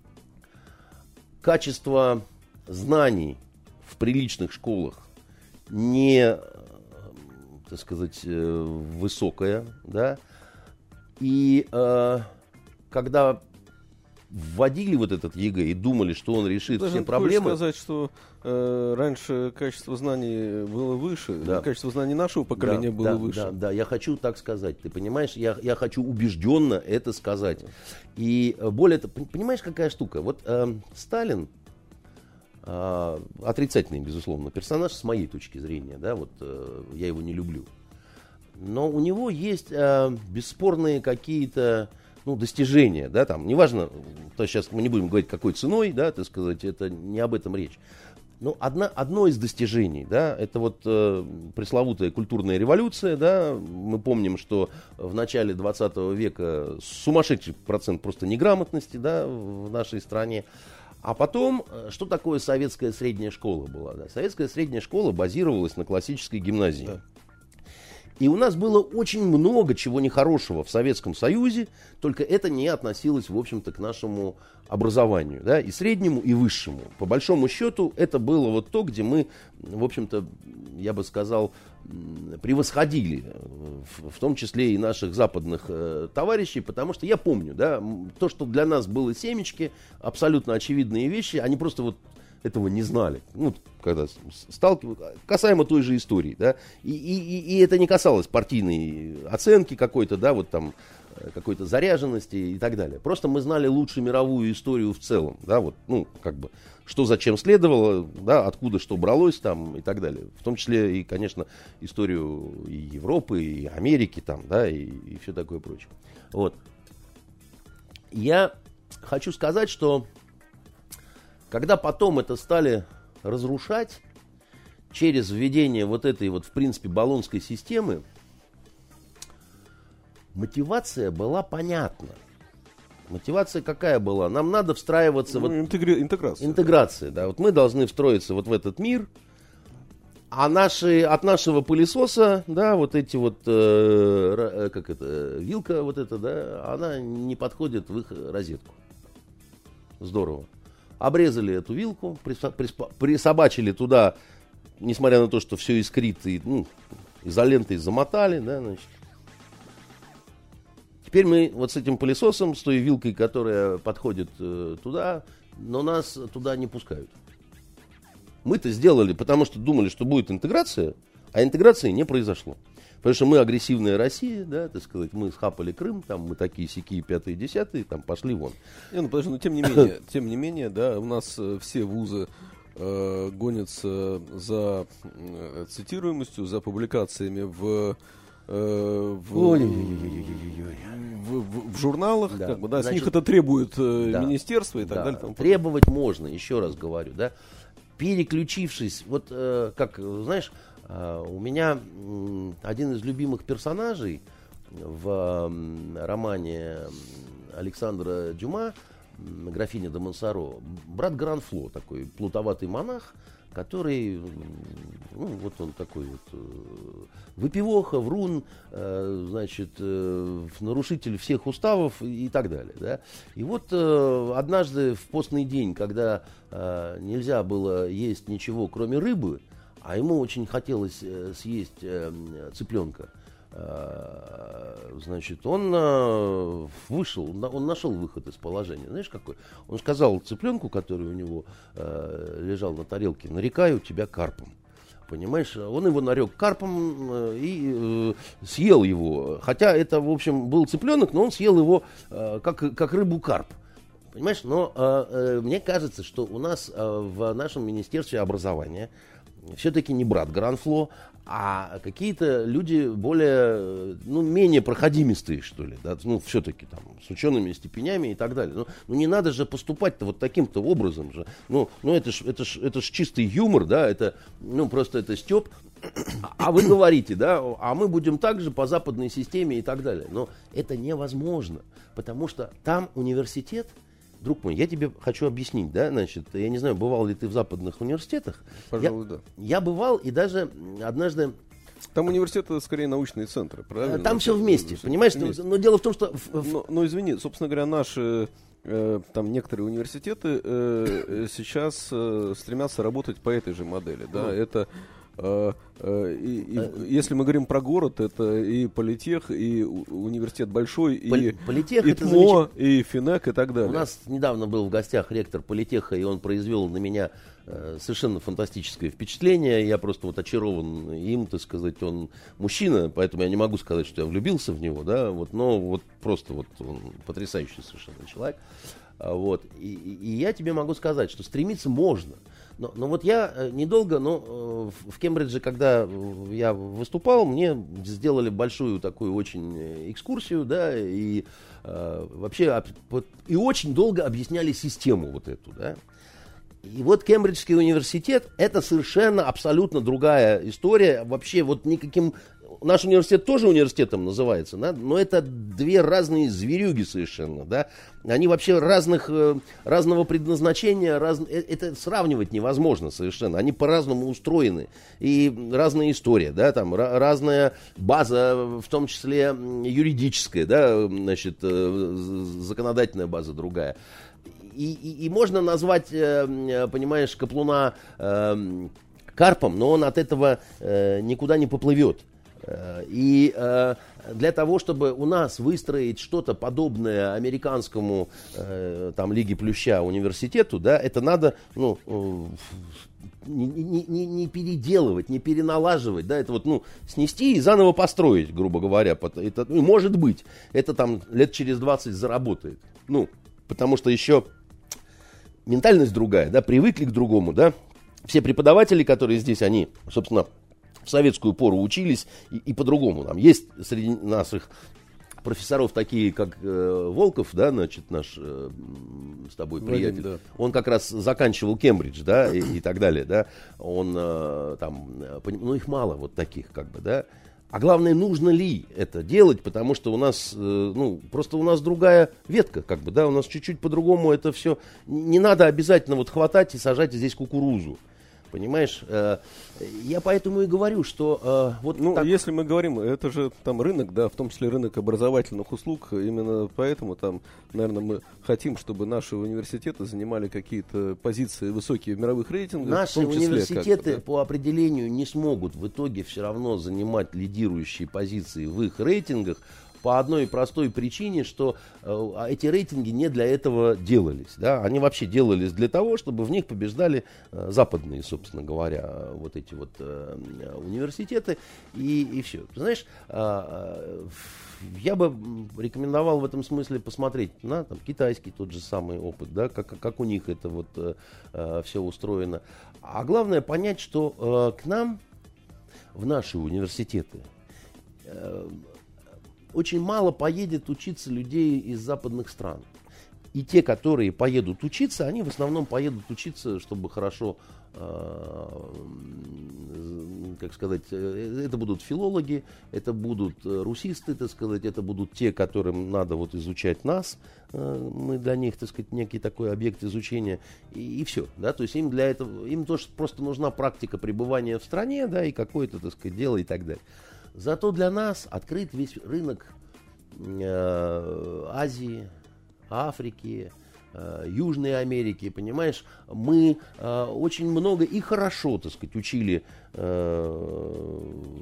Качество знаний в приличных школах не, так сказать, высокое, да, и э, когда вводили вот этот ЕГЭ и думали, что он решит Даже все проблемы. сказать, что э, раньше качество знаний было выше, да. качество знаний нашего поколения да, было да, выше. Да, да, я хочу так сказать, ты понимаешь, я, я хочу убежденно это сказать. И более того, понимаешь, какая штука? Вот э, Сталин, э, отрицательный, безусловно, персонаж с моей точки зрения, да, вот э, я его не люблю. Но у него есть э, бесспорные какие-то, ну, достижения, да, там, неважно, то сейчас мы не будем говорить, какой ценой, да, так сказать, это не об этом речь. Но одна, одно из достижений, да, это вот э, пресловутая культурная революция, да, мы помним, что в начале двадцатого века сумасшедший процент просто неграмотности, да, в нашей стране. А потом, что такое советская средняя школа была, да? Советская средняя школа базировалась на классической гимназии. Да. И у нас было очень много чего нехорошего в Советском Союзе, только это не относилось, в общем-то, к нашему образованию, да, и среднему, и высшему. По большому счету, это было вот то, где мы, в общем-то, я бы сказал, превосходили, в, в том числе и наших западных э, товарищей, потому что я помню, да, то, что для нас было семечки, абсолютно очевидные вещи, они просто вот этого не знали, ну, когда сталкивались, касаемо той же истории, да, и, и, и это не касалось партийной оценки какой-то, да, вот там, какой-то заряженности и так далее. Просто мы знали лучше мировую историю в целом, да, вот, ну, как бы, что зачем следовало, да, откуда что бралось там и так далее. В том числе и, конечно, историю и Европы, и Америки там, да, и, и все такое прочее. Вот. Я хочу сказать, что когда потом это стали разрушать через введение вот этой вот, в принципе, болонской системы, мотивация была понятна. Мотивация какая была? Нам надо встраиваться... Ну, вот, интегри... Интеграция. Интеграция, да. Вот мы должны встроиться вот в этот мир, а наши, от нашего пылесоса, да, вот эти вот, э, как это, вилка вот эта, да, она не подходит в их розетку. Здорово. Обрезали эту вилку, присобачили туда, несмотря на то, что все искрит, и, ну, изолентой замотали, да, значит. Теперь мы вот с этим пылесосом, с той вилкой, которая подходит э, туда, но нас туда не пускают. Мы-то сделали, потому что думали, что будет интеграция, а интеграции не произошло. Потому что мы агрессивная Россия, да, так сказать, мы схапали Крым, там мы такие сякие пятые, десятые, там пошли вон. Не, ну подожди, но тем не менее, тем не менее, да, у нас э, все вузы э, гонятся за э, цитируемостью, за публикациями в э, в, в, в, в журналах, да. Как бы, да, Значит, с них это требует э, да, министерство и так да, далее. Там требовать можно, еще раз говорю, да, переключившись, вот э, как, знаешь, Uh, у меня м, один из любимых персонажей, в романе Александра Дюма «Графиня де Монсоро» брат Гранфло, такой плутоватый монах, который, ну, вот он такой вот выпивоха, врун, значит, нарушитель всех уставов и так далее. Да? И вот однажды в постный день, когда нельзя было есть ничего, кроме рыбы, а ему очень хотелось съесть цыпленка, значит, он вышел, он нашел выход из положения. Знаешь, какой? Он сказал цыпленку, который у него лежал на тарелке: нарекаю тебя карпом. Понимаешь? Он его нарек карпом и съел его. Хотя это, в общем, был цыпленок, но он съел его как, как рыбу карп. Понимаешь? Но мне кажется, что у нас в нашем Министерстве образования все-таки не брат Гранфло, а какие-то люди более, ну, менее проходимистые, что ли, да, ну, все-таки там, с учеными степенями и так далее. Ну, ну не надо же поступать-то вот таким-то образом же. Ну, ну это ж, это ж, это ж чистый юмор, да, это, ну, просто это стёб. А вы говорите, да, а мы будем также по западной системе и так далее. Но это невозможно, потому что там университет. Друг мой, я тебе хочу объяснить, да, значит, я не знаю, бывал ли ты в западных университетах. Пожалуй, я, да. Я бывал, и даже однажды... Там университеты скорее научные центры, правильно? Там все вместе, все понимаешь? вместе. Но, но дело в том, что... В, в... Но, но извини, собственно говоря, наши, э, там некоторые университеты э, сейчас э, стремятся работать по этой же модели, да, ну. это... Uh, uh, и, и, uh, если мы говорим про город, это и политех, и университет большой, и, политех, и это ТМО, замеч... и ФИНЭК, и так далее. У нас недавно был в гостях ректор политеха, и он произвел на меня э, совершенно фантастическое впечатление. Я просто вот очарован им, так сказать, он мужчина, поэтому я не могу сказать, что я влюбился в него, да, вот, но вот просто вот он потрясающий совершенно человек. А, вот, и, и я тебе могу сказать, что стремиться можно. Но, но вот я недолго, но в Кембридже, когда я выступал, мне сделали большую такую очень экскурсию, да, и э, вообще и очень долго объясняли систему вот эту, да. И вот Кембриджский университет — это совершенно абсолютно другая история, вообще вот никаким... Наш университет тоже университетом называется, да? Но это две разные зверюги совершенно, да? Они вообще разных, разного предназначения, раз... это сравнивать невозможно совершенно. Они по-разному устроены. И разная история, да? Там разная база, в том числе юридическая, да? Значит, законодательная база другая. И, и, и можно назвать, понимаешь, Каплуна карпом, но он от этого никуда не поплывет. И э, для того, чтобы у нас выстроить что-то подобное американскому э, там, Лиге Плюща университету, да, это надо, ну, э, не, не, не, не переделывать, не переналаживать, да, это вот, ну, снести и заново построить, грубо говоря. Это, ну, может быть, это там лет через двадцать заработает. Ну, потому что еще ментальность другая, да, привыкли к другому, да. Все преподаватели, которые здесь, они, собственно, в советскую пору учились и, и по-другому. Там есть среди наших профессоров такие, как э, Волков, да, значит, наш э, с тобой приятель. Вадим, да. Он как раз заканчивал Кембридж, да, и, и так далее, да. Он э, там, ну, их мало вот таких, как бы, да. А главное, нужно ли это делать, потому что у нас, э, ну, просто у нас другая ветка, как бы, да, у нас чуть-чуть по-другому это все. Не надо обязательно вот хватать и сажать здесь кукурузу. Понимаешь, э, я поэтому и говорю, что э, вот ну, так... если мы говорим, это же там рынок, да, в том числе рынок образовательных услуг, именно поэтому там, наверное, мы хотим, чтобы наши университеты занимали какие-то позиции высокие в мировых рейтингах. Наши в том числе, университеты да? по определению не смогут в итоге все равно занимать лидирующие позиции в их рейтингах, по одной простой причине, что э, эти рейтинги не для этого делались. Да? Они вообще делались для того, чтобы в них побеждали э, западные, собственно говоря, вот эти вот э, университеты. И, и все. Ты знаешь, э, я бы рекомендовал в этом смысле посмотреть на там, китайский тот же самый опыт, да? как, как у них это вот, э, все устроено. А главное понять, что э, к нам, в наши университеты, э, очень мало поедет учиться людей из западных стран. И те, которые поедут учиться, они в основном поедут учиться, чтобы хорошо, э, как сказать, это будут филологи, это будут русисты, так сказать, это будут те, которым надо вот изучать нас, мы для них, так сказать, некий такой объект изучения, и, и все, да, то есть им для этого, им тоже просто нужна практика пребывания в стране, да, и какое-то, так сказать, дело и так далее. Зато для нас открыт весь рынок э, Азии, Африки, э, Южной Америки, понимаешь, мы э, очень много и хорошо, так сказать, учили э,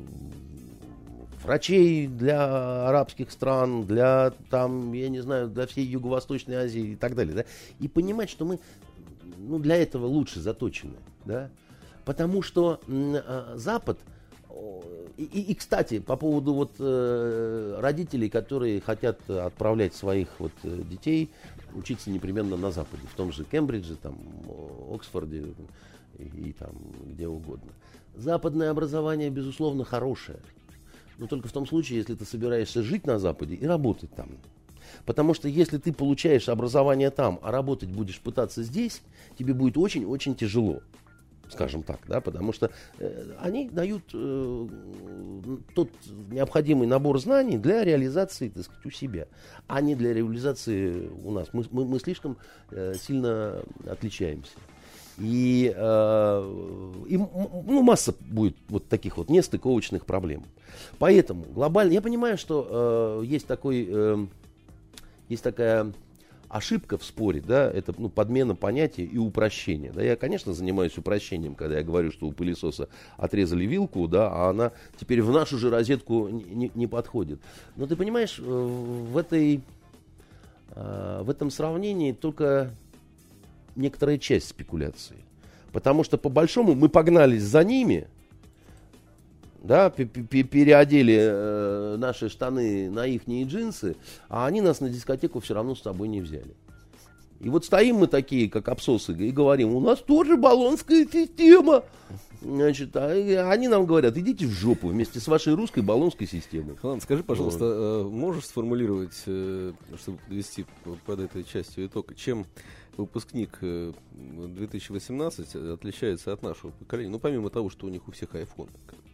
врачей для арабских стран, для, там, я не знаю, для всей Юго-Восточной Азии и так далее, да, и понимать, что мы, ну, для этого лучше заточены, да, потому что э, Запад. И, и, и, кстати, по поводу вот, э, родителей, которые хотят отправлять своих вот, детей учиться непременно на Западе, в том же Кембридже, там, Оксфорде и, и там, где угодно. Западное образование, безусловно, хорошее, но только в том случае, если ты собираешься жить на Западе и работать там. Потому что если ты получаешь образование там, а работать будешь пытаться здесь, тебе будет очень-очень тяжело. Скажем так, да, потому что э, они дают э, тот необходимый набор знаний для реализации, так сказать, у себя, а не для реализации у нас. Мы, мы, мы слишком э, сильно отличаемся. И, э, и ну, масса будет вот таких вот нестыковочных проблем. Поэтому глобально, я понимаю, что э, есть такой, э, есть такая ошибка в споре, да, это, ну, подмена понятия и упрощение. Да. Я, конечно, занимаюсь упрощением, когда я говорю, что у пылесоса отрезали вилку, да, а она теперь в нашу же розетку не, не, не подходит. Но ты понимаешь, в, этой, в этом сравнении только некоторая часть спекуляции. Потому что, по большому, мы погнались за ними, да, переодели э, наши штаны на ихние джинсы, а они нас на дискотеку все равно с собой не взяли. И вот стоим мы такие, как абсосы, и говорим, у нас тоже болонская система. Значит, а они нам говорят, идите в жопу вместе с вашей русской болонской системой. Ладно, скажи, пожалуйста, вот. Можешь сформулировать, чтобы подвести под этой частью итог, чем выпускник две тысячи восемнадцать отличается от нашего поколения? Ну, помимо того, что у них у всех айфоны.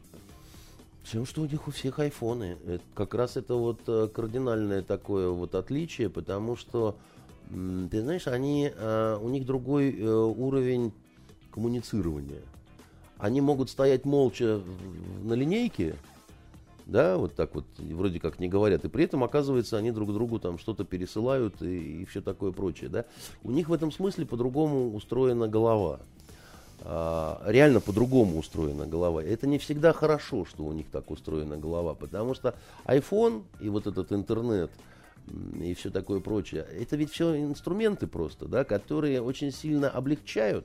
Тем, что у них у всех айфоны. Это, как раз это вот кардинальное такое вот отличие, потому что, ты знаешь, они, у них другой уровень коммуницирования. Они могут стоять молча на линейке, да, вот так вот, вроде как не говорят, и при этом, оказывается, они друг другу там что-то пересылают и, и все такое прочее, да. У них в этом смысле по-другому устроена голова. Реально по-другому устроена голова. Это не всегда хорошо, что у них так устроена голова, потому что iPhone и вот этот интернет и все такое прочее, это ведь все инструменты просто, да, которые очень сильно облегчают,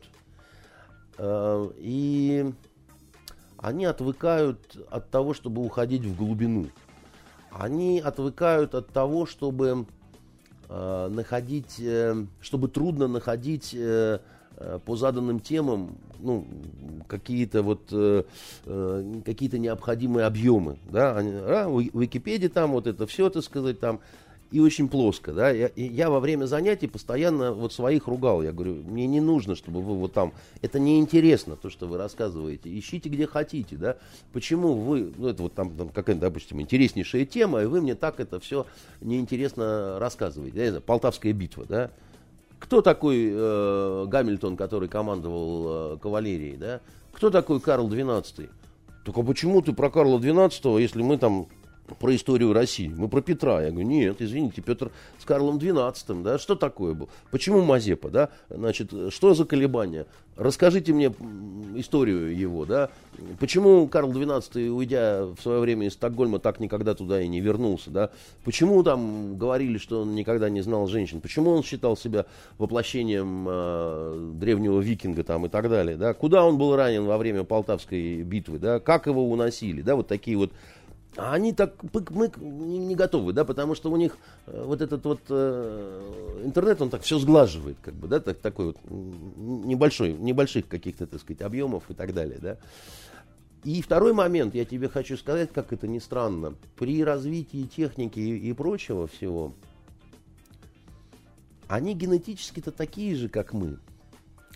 и они отвыкают от того, чтобы уходить в глубину. Они отвыкают от того, чтобы находить, чтобы трудно находить по заданным темам, ну, какие-то вот э, э, какие-то необходимые объемы, да, они, а, в Википедии там вот это все, так сказать, там, и очень плоско, да, я, я во время занятий постоянно вот своих ругал, я говорю, мне не нужно, чтобы вы вот там, это неинтересно, то, что вы рассказываете, ищите где хотите, да, почему вы, ну, это вот там, там какая-то, допустим, интереснейшая тема, и вы мне так это все неинтересно рассказываете, я не знаю, Полтавская битва, да. Кто такой э, Гамильтон, который командовал э, кавалерией, да? Кто такой Карл двенадцатый? Только почему ты про Карла двенадцатого, если мы там про историю России? Мы про Петра. Я говорю, нет, извините, Петр с Карлом двенадцатым, да? Что такое был? Почему Мазепа, да? Значит, что за колебания? Расскажите мне историю его, да? Почему Карл двенадцатый, уйдя в свое время из Стокгольма, так никогда туда и не вернулся, да? Почему там говорили, что он никогда не знал женщин? Почему он считал себя воплощением э, древнего викинга там и так далее, да? Куда он был ранен во время Полтавской битвы, да? Как его уносили, да? Вот такие вот. А они так пык-мык не, не готовы, да, потому что у них э, вот этот вот э, интернет, он так все сглаживает, как бы, да, так, такой вот небольшой, небольших каких-то, так сказать, объемов и так далее, да. И второй момент, я тебе хочу сказать, как это ни странно, при развитии техники и, и прочего всего, они генетически-то такие же, как мы.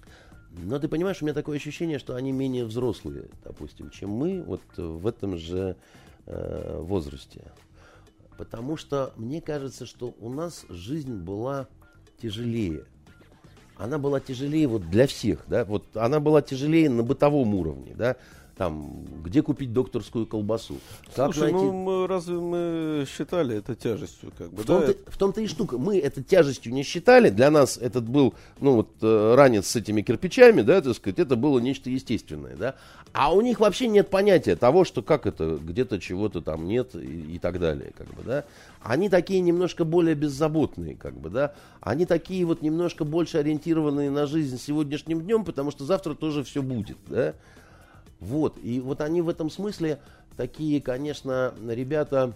Но ты понимаешь, у меня такое ощущение, что они менее взрослые, допустим, чем мы вот в этом же э, возрасте. Потому что мне кажется, что у нас жизнь была тяжелее. Она была тяжелее вот для всех, да, вот она была тяжелее на бытовом уровне, да, там, где купить докторскую колбасу. Как Слушай, найти... ну мы, разве мы считали это тяжестью, как бы, В да? том-то, в том-то и штука. Мы это тяжестью не считали. Для нас этот был, ну вот, э, ранец с этими кирпичами, да, так сказать, это было нечто естественное, да. А у них вообще нет понятия того, что как это, где-то чего-то там нет и, и так далее, как бы, да. Они такие немножко более беззаботные, как бы, да. Они такие вот немножко больше ориентированные на жизнь сегодняшним днем, потому что завтра тоже все будет, да. Вот, и вот они в этом смысле такие, конечно, ребята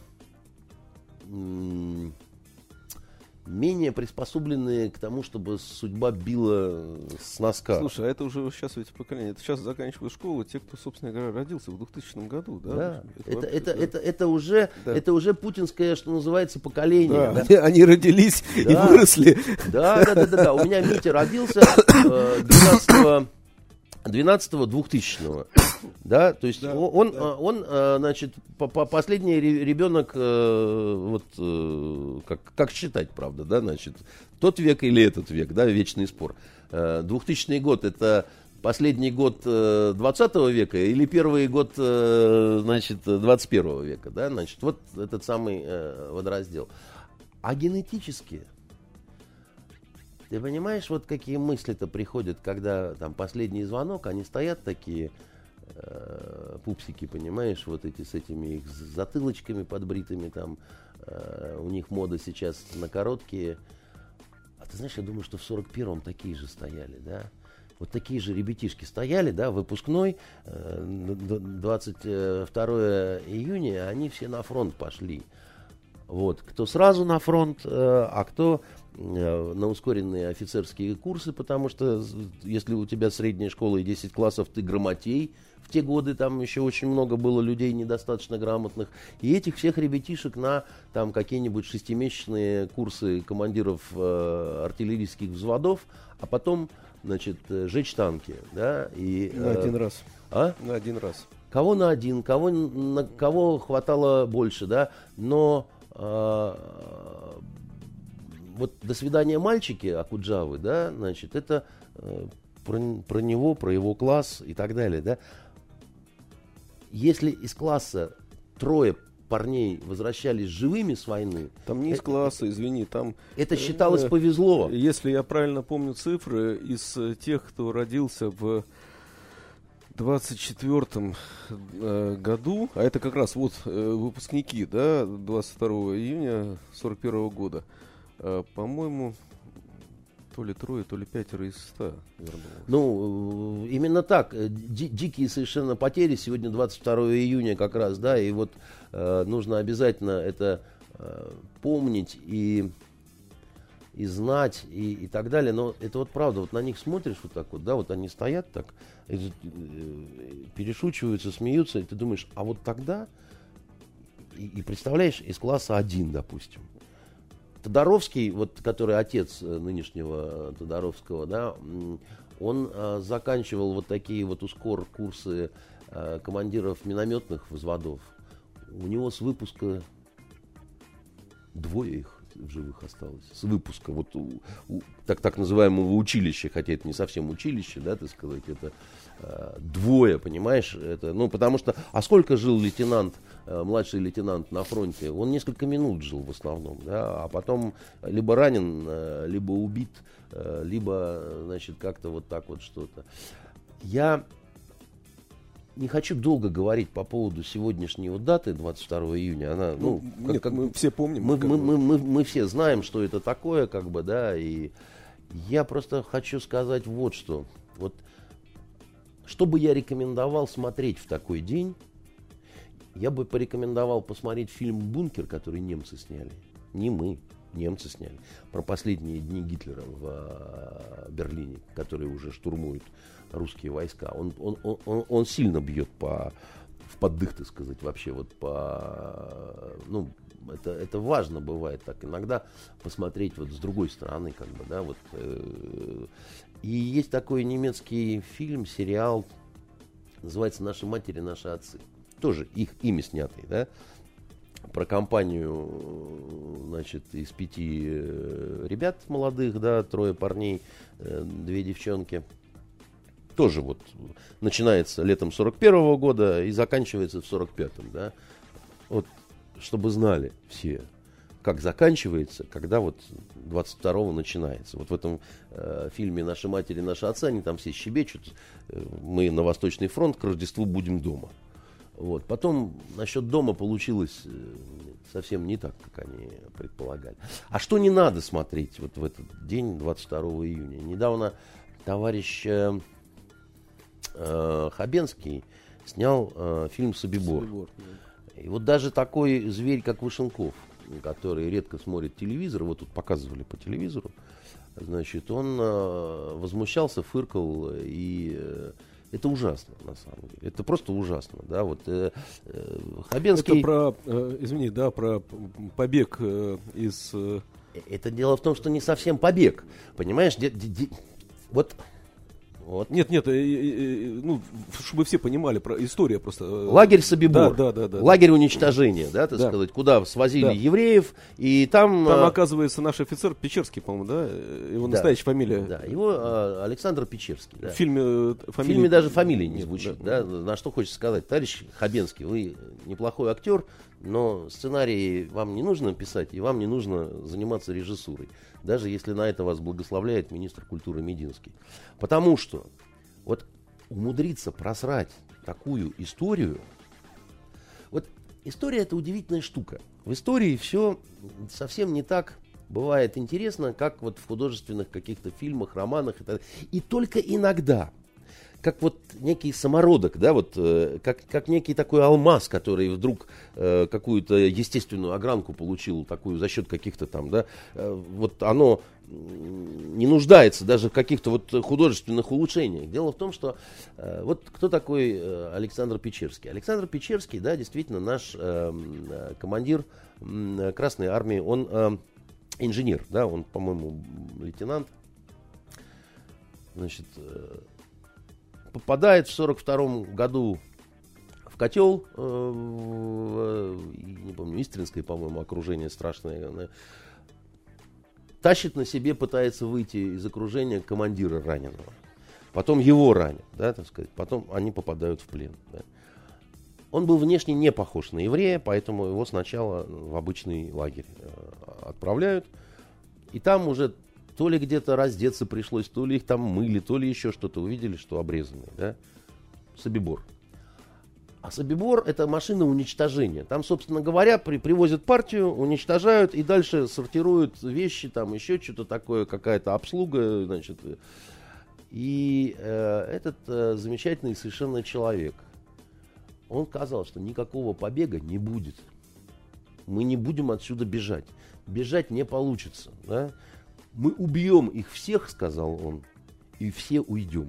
м- менее приспособленные к тому, чтобы судьба била с носка. Слушай, а это уже сейчас ведь поколение. Это сейчас заканчивают школу те, кто, собственно говоря, родился в двухтысячном году, да? Да, это, это, вообще, это, да. это, это, уже, Да. это уже путинское, что называется, поколение. Да, Да? Они, они родились Да. и выросли. Да, да, да, да, да. У меня Митя родился э, двенадцатого двенадцатого двухтысячного, да, то есть Да, он, да. он, он, э, значит, по- по- последний ре- ребенок, э, вот, э, как, как считать, правда, да, значит, тот век или этот век, да, вечный спор. Э, двухтысячный год это последний год э, двадцатого века или первый год, э, значит, двадцать первого века, да, значит, вот этот самый э, водораздел. А генетически... Ты понимаешь, вот какие мысли-то приходят, когда там последний звонок, они стоят такие э, пупсики, понимаешь, вот эти с этими их затылочками подбритыми, там э, у них мода сейчас на короткие. А ты знаешь, я думаю, что в сорок первом такие же стояли, да? Вот такие же ребятишки стояли, да, выпускной, э, двадцать второго июня, они все на фронт пошли. Вот, кто сразу на фронт, э, а кто э, на ускоренные офицерские курсы, потому что если у тебя средняя школа и десять классов, ты грамотей. В те годы там еще очень много было людей недостаточно грамотных. И этих всех ребятишек на там какие-нибудь шестимесячные курсы командиров э, артиллерийских взводов, а потом, значит, э, жечь танки, да, и... На э, один раз. А? На один раз. Кого на один, кого на кого хватало больше, да, но э, вот «До свидания, мальчики» Окуджавы, да, значит, это э, про, про него, про его класс и так далее, да. Если из класса трое парней возвращались живыми с войны, Там не из это- класса, извини, там... это считалось э, повезло. Если я правильно помню цифры, из э, тех, кто родился в двадцать четвёртом э, году, а это как раз вот э, выпускники, да, двадцать второго июня сорок первого года, э, по-моему, то ли трое, то ли пятеро из ста вернулось. Ну, э, именно так. Э, ди- дикие совершенно потери. Сегодня двадцать второго июня как раз, да, и вот э, нужно обязательно это э, помнить и, и знать, и, и так далее. Но это вот правда, вот на них смотришь вот так вот, да, вот они стоят так, и, э, перешучиваются, смеются, и ты думаешь, а вот тогда, и, и представляешь, из класса один, допустим, Тодоровский, вот, который отец э, нынешнего Тодоровского, да, м, он э, заканчивал вот такие вот ускор курсы э, командиров минометных взводов. У него с выпуска двое их в живых осталось. С выпуска, вот у, у так, так называемого училища, хотя это не совсем училище, да, так сказать, это э, двое, понимаешь, это, ну, потому что, а сколько жил лейтенант, э, младший лейтенант на фронте? Он несколько минут жил в основном, да, а потом либо ранен, э, либо убит, э, либо, значит, как-то вот так вот что-то. Я не хочу долго говорить по поводу сегодняшней вот даты, двадцать второго июня. Она, ну, Ну, как- нет, как- мы все помним. мы, как мы, бы. мы, мы, мы все знаем, что это такое, как бы, да, и я просто хочу сказать вот что. Вот, что бы я рекомендовал смотреть в такой день, я бы порекомендовал посмотреть фильм «Бункер», который немцы сняли. Не мы, немцы сняли. Про последние дни Гитлера в э, Берлине, которые уже штурмуют русские войска. Он, он, он, он- он сильно бьет по в поддых, так сказать, вообще вот по, ну, это, это важно бывает так иногда посмотреть вот с другой стороны, как бы, да, вот. Э, и есть такой немецкий фильм, сериал, называется «Наши матери, наши отцы». Тоже их ими снятый, да, про компанию, значит, из пяти ребят молодых, да, трое парней, две девчонки. Тоже вот начинается летом сорок первого года и заканчивается в сорок пятом, да. Вот, чтобы знали все, как заканчивается, когда вот двадцать второго начинается. Вот в этом э, фильме «Наши матери, наши отцы», они там все щебечут. Мы на Восточный фронт, к Рождеству будем дома. Вот. Потом насчет дома получилось совсем не так, как они предполагали. А что не надо смотреть вот в этот день, двадцать второго июня? Недавно товарищ э, э, Хабенский снял э, фильм «Собибор». «Собибор», да. И вот даже такой зверь, как Вышенков, который редко смотрит телевизор, вот тут показывали по телевизору, значит, он э, возмущался, фыркал, и э, это ужасно, на самом деле. Это просто ужасно, да, вот э, э, Хабенский... Это про, э, извини, да, про побег э, из... Э... Это дело в том, что не совсем побег, понимаешь, де, де, де, вот... Вот. Нет, нет, э, э, ну, чтобы все понимали, про история просто. Лагерь Собибор, да, да, да, да, лагерь уничтожения, да, так да. сказать, куда свозили да. евреев, и там... Там, оказывается, наш офицер Печерский, по-моему, да, его да, настоящая фамилия. Да, его а, Александр Печерский. Да. В фильме, фамилии... В фильме даже фамилии не звучит, да. Да. На что хочется сказать, товарищ Хабенский, вы неплохой актер, но сценарий вам не нужно писать, и вам не нужно заниматься режиссурой, даже если на это вас благословляет министр культуры Мединский. Потому что вот умудриться просрать такую историю, вот история — это удивительная штука. В истории все совсем не так бывает интересно, как вот в художественных каких-то фильмах, романах и так далее. И только иногда, как вот некий самородок, да, вот, э, как, как некий такой алмаз, который вдруг э, какую-то естественную огранку получил, такую за счет каких-то там, да, э, вот оно не нуждается даже в каких-то вот художественных улучшениях. Дело в том, что э, вот кто такой э, Александр Печерский? Александр Печерский, да, действительно наш э, командир э, Красной Армии, он э, инженер, да, он, по-моему, лейтенант, значит, э, попадает в сорок втором году в котел, э, в, не помню, Истринское, по-моему, окружение страшное, тащит на себе, пытается выйти из окружения командира раненого. Потом его ранят, да, так сказать, потом они попадают в плен. Да. Он был внешне не похож на еврея, поэтому его сначала в обычный лагерь э, отправляют, и там уже то ли где-то раздеться пришлось, то ли их там мыли, то ли еще что-то. Увидели, что обрезанные, да? Собибор. А Собибор — это машина уничтожения. Там, собственно говоря, при, привозят партию, уничтожают и дальше сортируют вещи, там еще что-то такое, какая-то обслуга, значит. И э, этот э, замечательный совершенно человек, он сказал, что никакого побега не будет. Мы не будем отсюда бежать. Бежать не получится, да? Мы убьем их всех, сказал он, и все уйдем.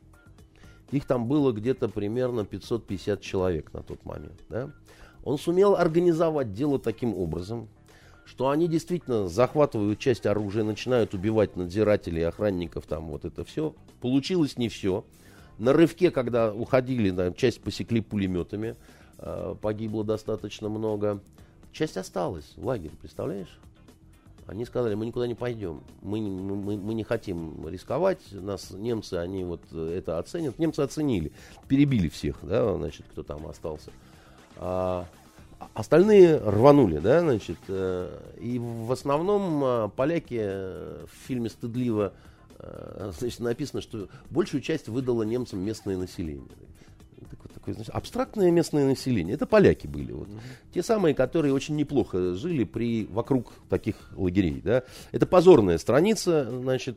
Их там было где-то примерно пятьсот пятьдесят человек на тот момент. Да? Он сумел организовать дело таким образом, что они действительно захватывают часть оружия, начинают убивать надзирателей, охранников, там вот это все. Получилось не все. На рывке, когда уходили, да, часть посекли пулеметами, э, погибло достаточно много. Часть осталась в лагере, представляешь? Они сказали, мы никуда не пойдем, мы, мы, мы не хотим рисковать, нас немцы, они вот это оценят. Немцы оценили, перебили всех, да, значит, кто там остался. А остальные рванули, да, значит, и в основном поляки в фильме «Стыдливо», значит, написано, что большую часть выдало немцам местное население. Такое, такое, значит, абстрактное местное население. Это поляки были. Вот. Mm-hmm. Те самые, которые очень неплохо жили при, вокруг таких лагерей. Да. Это позорная страница, значит,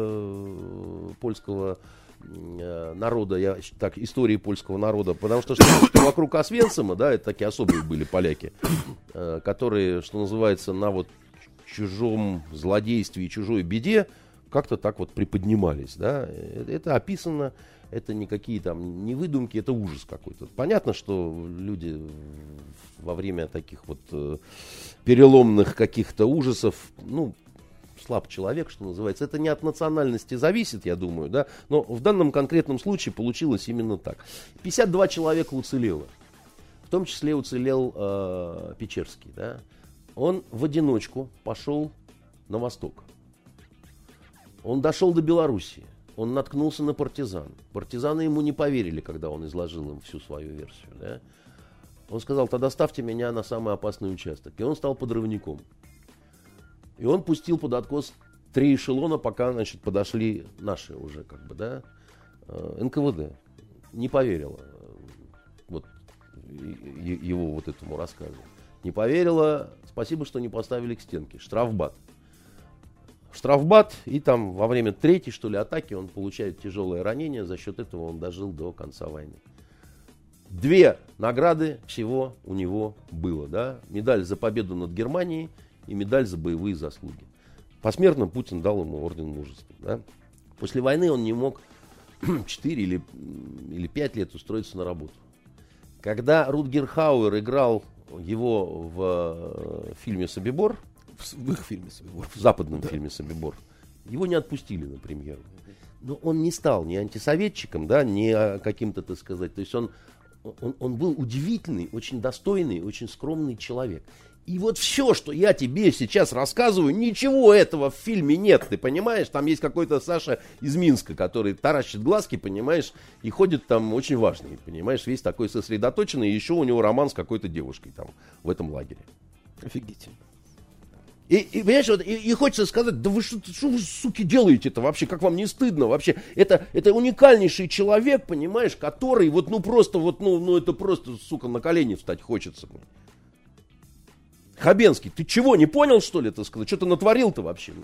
э, польского э, народа, я, так, истории польского народа. Потому что, что, что вокруг Освенцима, да, это такие особые были поляки, э, которые, что называется, на вот чужом злодействе и чужой беде как-то так вот приподнимались. Да. Это описано. это никакие там не выдумки, это ужас какой-то. Понятно, что люди во время таких вот э, переломных каких-то ужасов, ну, слаб человек, что называется. Это не от национальности зависит, я думаю, да, но в данном конкретном случае получилось именно так. пятьдесят два человека уцелело. В том числе уцелел э, Печерский, да. Он в одиночку пошел на восток. Он дошел до Белоруссии. Он наткнулся на партизан. Партизаны ему не поверили, когда он изложил им всю свою версию. Да? Он сказал: тогда ставьте меня на самый опасный участок. И он стал подрывником. И он пустил под откос три эшелона, пока, значит, подошли наши уже, как бы, да, эн ка вэ дэ. Не поверила вот, его вот этому рассказу. Не поверила. Спасибо, что не поставили к стенке. Штрафбат. Штрафбат, и там во время третьей, что ли, атаки он получает тяжелое ранение, за счет этого он дожил до конца войны. Две награды всего у него было, да, медаль за победу над Германией и медаль за боевые заслуги. Посмертно Путин дал ему орден мужества, да. После войны он не мог четыре или, или пять лет устроиться на работу. Когда Рутгер Хауэр играл его в фильме «Собибор», в их фильме «Собибор», в западном да. фильме «Собибор», его не отпустили на премьеру. Но он не стал ни антисоветчиком, да, ни каким-то, так сказать. То есть он, он, он был удивительный, очень достойный, очень скромный человек. И вот все, что я тебе сейчас рассказываю, ничего этого в фильме нет, ты понимаешь? Там есть какой-то Саша из Минска, который таращит глазки, понимаешь, и ходит там очень важный, понимаешь, весь такой сосредоточенный, и еще у него роман с какой-то девушкой там в этом лагере. Офигите. И, и, понимаешь, вот, и, и хочется сказать: да вы что, что вы, суки, делаете-то вообще, как вам не стыдно вообще? Это, это уникальнейший человек, понимаешь, который вот, ну просто, вот, ну, ну это просто, сука, на колени встать хочется. Хабенский, ты чего, не понял, что ли, так сказать? Что ты натворил-то вообще?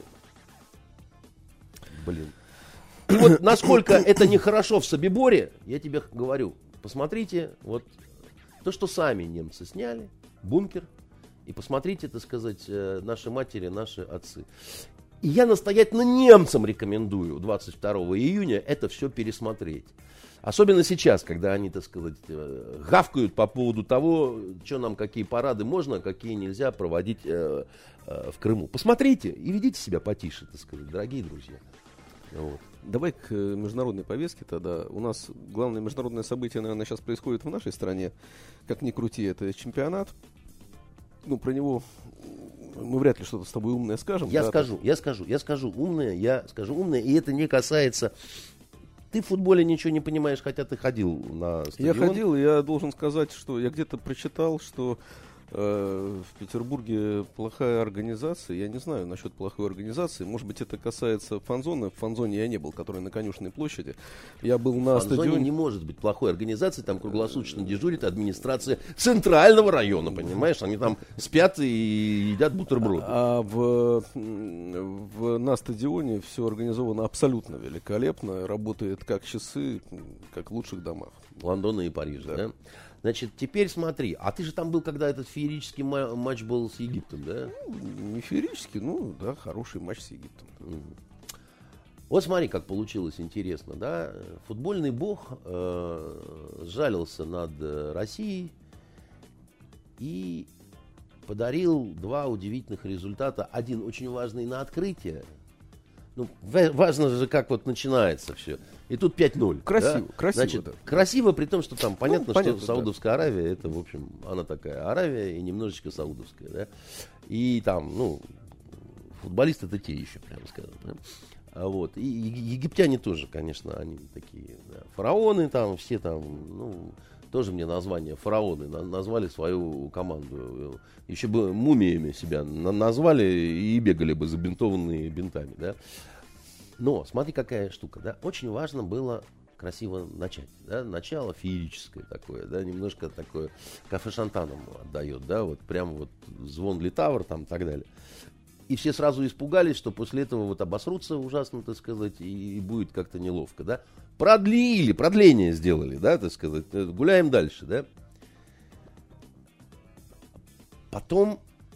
Блин. И вот насколько это нехорошо в Собиборе, я тебе говорю. Посмотрите, вот то, что сами немцы сняли, бункер, и посмотрите, так сказать, наши матери, наши отцы. И я настоятельно немцам рекомендую двадцать второго июня это все пересмотреть. Особенно сейчас, когда они, так сказать, гавкают по поводу того, что нам, какие парады можно, какие нельзя проводить э, э, в Крыму. Посмотрите и ведите себя потише, так сказать, дорогие друзья. Вот. Давай к международной повестке тогда. У нас главное международное событие, наверное, сейчас происходит в нашей стране. Как ни крути, это чемпионат. Ну, про него мы вряд ли что-то с тобой умное скажем. Я да, скажу, так? я скажу, я скажу умное, я скажу умное, и это не касается... Ты в футболе ничего не понимаешь, хотя ты ходил на стадион. Я ходил, и я должен сказать, что я где-то прочитал, что э, в Петербурге плохая организация. Я не знаю насчет плохой организации. Может быть, это касается фан-зоны. В фан-зоне я не был, который на Конюшенной площади. Я был на в фан-зоне стадионе. не может быть плохой организации. Там круглосуточно дежурит администрация центрального района, понимаешь? Они там спят и едят бутерброды. А в, в, на стадионе все организовано абсолютно великолепно. Работает как часы, как в лучших домах. Лондона и Парижа, да. да? Значит, теперь смотри. А ты же там был, когда этот феерический ма- матч был с Египтом, да? Ну, не феерический, ну да, хороший матч с Египтом. Mm. Вот смотри, как получилось интересно, да? Футбольный бог э, сжалился над Россией и подарил два удивительных результата. Один очень важный на открытие. Ну, важно же, как вот начинается все. И тут пять ноль. Красиво, да? красиво. Значит, да. красиво, при том, что там понятно, ну, понятно что Саудовская да. Аравия, это, в общем, она такая Аравия и немножечко саудовская, да. И там, ну, футболисты-то те еще, прямо скажем, да? А вот. И египтяне тоже, конечно, они такие, да. Фараоны там, все там, ну, тоже мне название фараоны назвали свою команду. Еще бы мумиями себя назвали и бегали бы забинтованные бинтами, да. Но смотри, какая штука, да. Очень важно было красиво начать, да. Начало феерическое такое, да, немножко такое кафе Шантаном отдает, да, вот прям вот звон Литавр там и так далее. И все сразу испугались, что после этого вот обосрутся ужасно, так сказать, и, и будет как-то неловко, да. Продлили, продление сделали, да, так сказать, гуляем дальше, да. Потом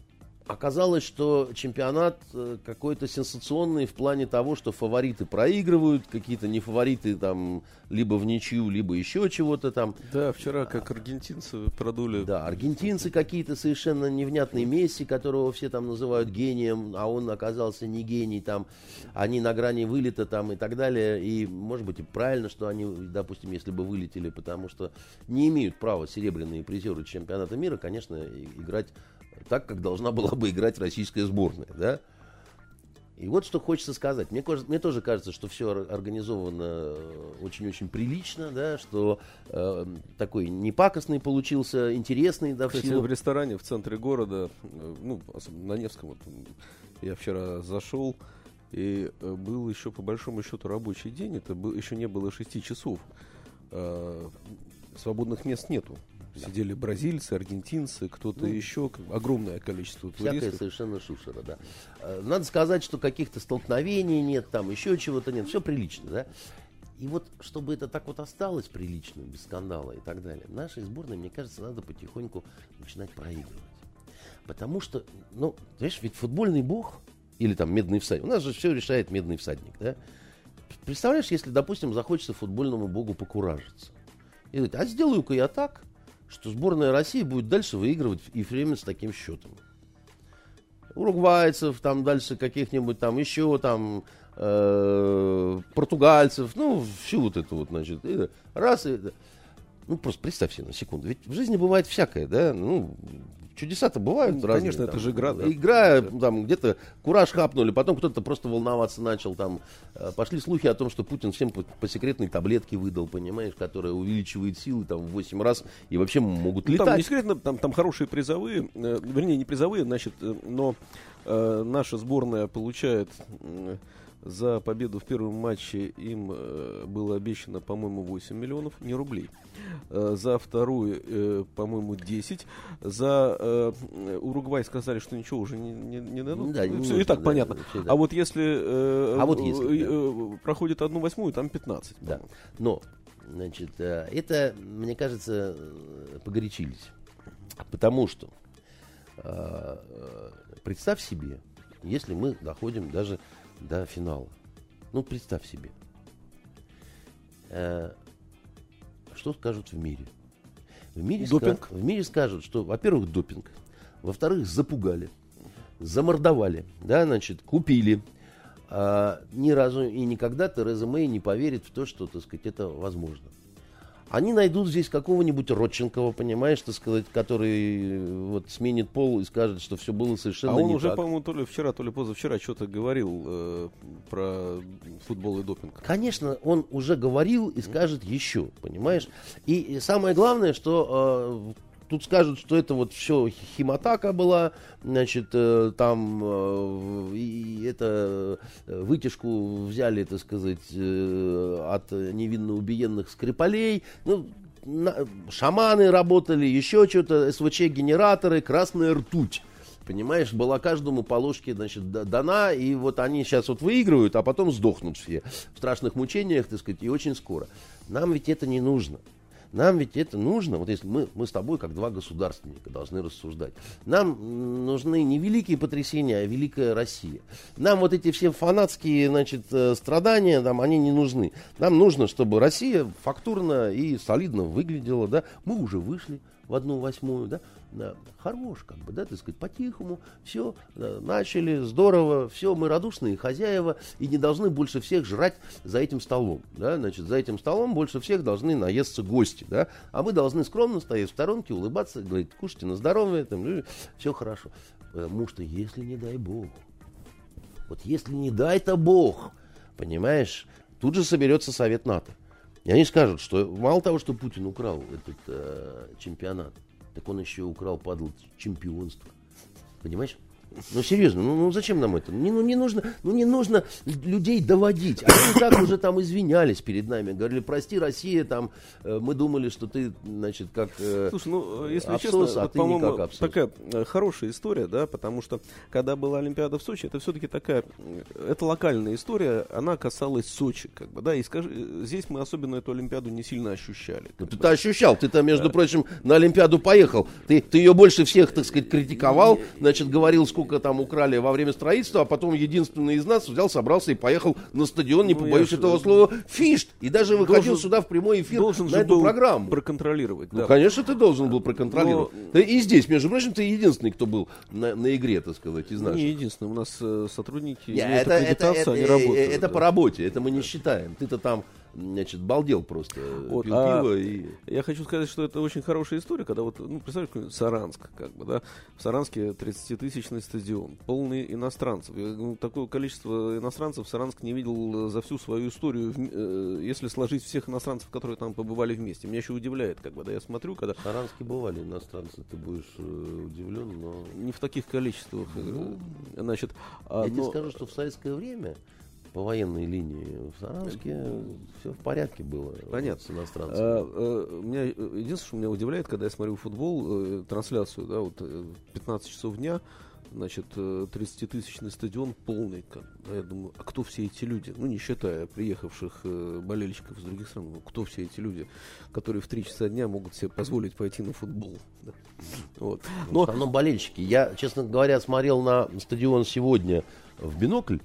Оказалось, что чемпионат какой-то сенсационный в плане того, что фавориты проигрывают, какие-то не фавориты там либо в ничью, либо еще чего-то там. Да, вчера как аргентинцы продули. Да, аргентинцы какие-то совершенно невнятные. Месси, которого все там называют гением, а он оказался не гений, там, они на грани вылета там и так далее. И, может быть, и правильно, что они, допустим, если бы вылетели, потому что не имеют права серебряные призеры чемпионата мира, конечно, играть так, как должна была бы играть российская сборная, да? И вот что хочется сказать. Мне, мне тоже кажется, что все организовано очень-очень прилично, да, что э, такой непакостный получился, интересный. Да, Кстати, всего... в ресторане в центре города, ну, на Невском, вот, я вчера зашел, и был еще по большому счету рабочий день, это был, еще не было шести часов. Э, свободных мест нету. Сидели бразильцы, аргентинцы, кто-то ну, еще, огромное количество туристов. Всякое совершенно шушера, да. Надо сказать, что каких-то столкновений нет, там еще чего-то нет, все прилично, да. И вот, чтобы это так вот осталось приличным, без скандала и так далее, нашей сборной, мне кажется, надо потихоньку начинать проигрывать. Потому что, ну, знаешь, ведь футбольный бог, или там медный всадник, у нас же все решает медный всадник, да. Представляешь, если, допустим, захочется футбольному богу покуражиться. И говорит, а сделаю-ка я так, что сборная России будет дальше выигрывать и время с таким счетом. Уругвайцев, там дальше каких-нибудь там еще там э, португальцев, ну, всю вот эту вот, значит, и, раз и... Ну, просто представь себе на секунду. Ведь в жизни бывает всякое, да, ну, чудеса-то бывают ну, разные. Конечно, там, это же игра, да. Игра, там, где-то кураж хапнули, потом кто-то просто волноваться начал, там, пошли слухи о том, что Путин всем по, по секретной таблетке выдал, понимаешь, которая увеличивает силы, там, в восемь раз, и вообще могут летать. Там не секретно, там, там хорошие призовые, э, вернее, не призовые, значит, э, но э, наша сборная получает... Э, За победу в первом матче им э, было обещано, по-моему, восемь миллионов, не рублей. Э, за вторую, э, по-моему, десять. За э, Уругвай сказали, что ничего уже не, не, не дадут. Да, ну, не все нужно, и так да, понятно. вообще, да. А вот если, э, а вот если э, э, проходит одну восьмую, там пятнадцать. Да. Но, значит, э, это, мне кажется, погорячились. Потому что, э, представь себе, если мы доходим даже до финала. Ну, представь себе. Э, что скажут в мире? В мире, допинг. Ска- в мире скажут, что, во-первых, допинг. Во-вторых, запугали. Замордовали. Да, значит, купили. А, ни разу и никогда Тереза Мэй не поверит в то, что, так сказать, это возможно. Они найдут здесь какого-нибудь Родченкова, понимаешь, так сказать, который вот сменит пол и скажет, что все было совершенно не так. А он не уже, так. по-моему, то ли вчера, то ли позавчера что-то говорил э, про футбол и допинг. Конечно, он уже говорил и скажет еще, понимаешь. И, и самое главное, что э, тут скажут, что это вот все химатака была, значит, э, там э, и это э, вытяжку взяли, так сказать, э, от невинно убиенных Скрипалей. Ну, на, шаманы работали, еще что-то, СВЧ-генераторы, красная ртуть. Понимаешь, была каждому по ложке, значит, дана, и вот они сейчас вот выигрывают, а потом сдохнут все в страшных мучениях, так сказать, и очень скоро. Нам ведь это не нужно. Нам ведь это нужно, вот если мы, мы с тобой, как два государственника, должны рассуждать. Нам нужны не великие потрясения, а великая Россия. Нам вот эти все фанатские, значит, страдания, там, они не нужны. Нам нужно, чтобы Россия фактурно и солидно выглядела, да. Мы уже вышли в одну восьмую, да. Да, хорош, как бы, да, так сказать, по-тихому, все, да, начали, здорово, все, мы радушные хозяева и не должны больше всех жрать за этим столом, да, значит, за этим столом больше всех должны наесться гости, да, а мы должны скромно стоять в сторонке, улыбаться, говорить, кушайте на здоровье, там, все хорошо, потому что если не дай Бог, вот если не дай-то Бог, понимаешь, тут же соберется Совет НАТО, и они скажут, что мало того, что Путин украл этот э, чемпионат, так он еще украл, падал, чемпионство. Понимаешь? Ну, серьезно, ну, ну зачем нам это? Не, ну, не нужно, ну, не нужно людей доводить. Они так уже там извинялись перед нами. Говорили, прости, Россия, там, э, мы думали, что ты, значит, как э, Слушай, ну, если Абсос, честно, а вот, ты не по-моему, как Абсос. такая э, хорошая история, да, потому что, когда была Олимпиада в Сочи, это все-таки такая, э, это локальная история, она касалась Сочи, как бы, да, и скажи, э, здесь мы особенно эту Олимпиаду не сильно ощущали. Ну, ты-то ощущал, ты-то, между прочим, на Олимпиаду поехал. Ты, ты ее больше всех, так сказать, критиковал, значит, говорил, сколько там украли во время строительства, а потом единственный из нас взял, собрался и поехал на стадион, не Ну, побоюсь я ж- этого слова, фишт. И даже выходил Должен- сюда в прямой эфир Должен на же эту был программу. проконтролировать, Ну, да. конечно, ты должен был проконтролировать. Но- Да и здесь, между прочим, ты единственный, кто был на, на игре, так сказать, из наших. Не единственное, у нас э, сотрудники Не, имеют это, это, аккредитацию, это, они э, работают. это да. по работе, это мы не считаем. Ты-то там, значит, балдел просто. Вот, Пил а пиво и... Я хочу сказать, что это очень хорошая история, когда вот, ну, представляешь, какой-нибудь Саранск, как бы, да, в Саранске тридцатитысячный стадион, полный иностранцев. Я, ну, такое количество иностранцев Саранск не видел за всю свою историю, в- э, если сложить всех иностранцев, которые там побывали вместе. Меня еще удивляет, как бы, да, я смотрю, когда В Саранске бывали иностранцы, ты будешь э, удивлен, но... не в таких количествах, э, значит, а, Я тебе но- скажу, что в советское время по военной линии в Саранске все в порядке было. Понятно. С иностранцами. А, а, меня, единственное, что меня удивляет, когда я смотрю футбол, э, трансляцию, да, вот э, пятнадцать часов дня, значит, э, тридцатитысячный стадион полный. Как, да, я думаю, а кто все эти люди? Ну, не считая приехавших э, болельщиков из других стран, ну, кто все эти люди, которые в три часа дня могут себе позволить пойти на футбол? Да. Вот. В Но основном болельщики. Я, честно говоря, смотрел на стадион сегодня в бинокль,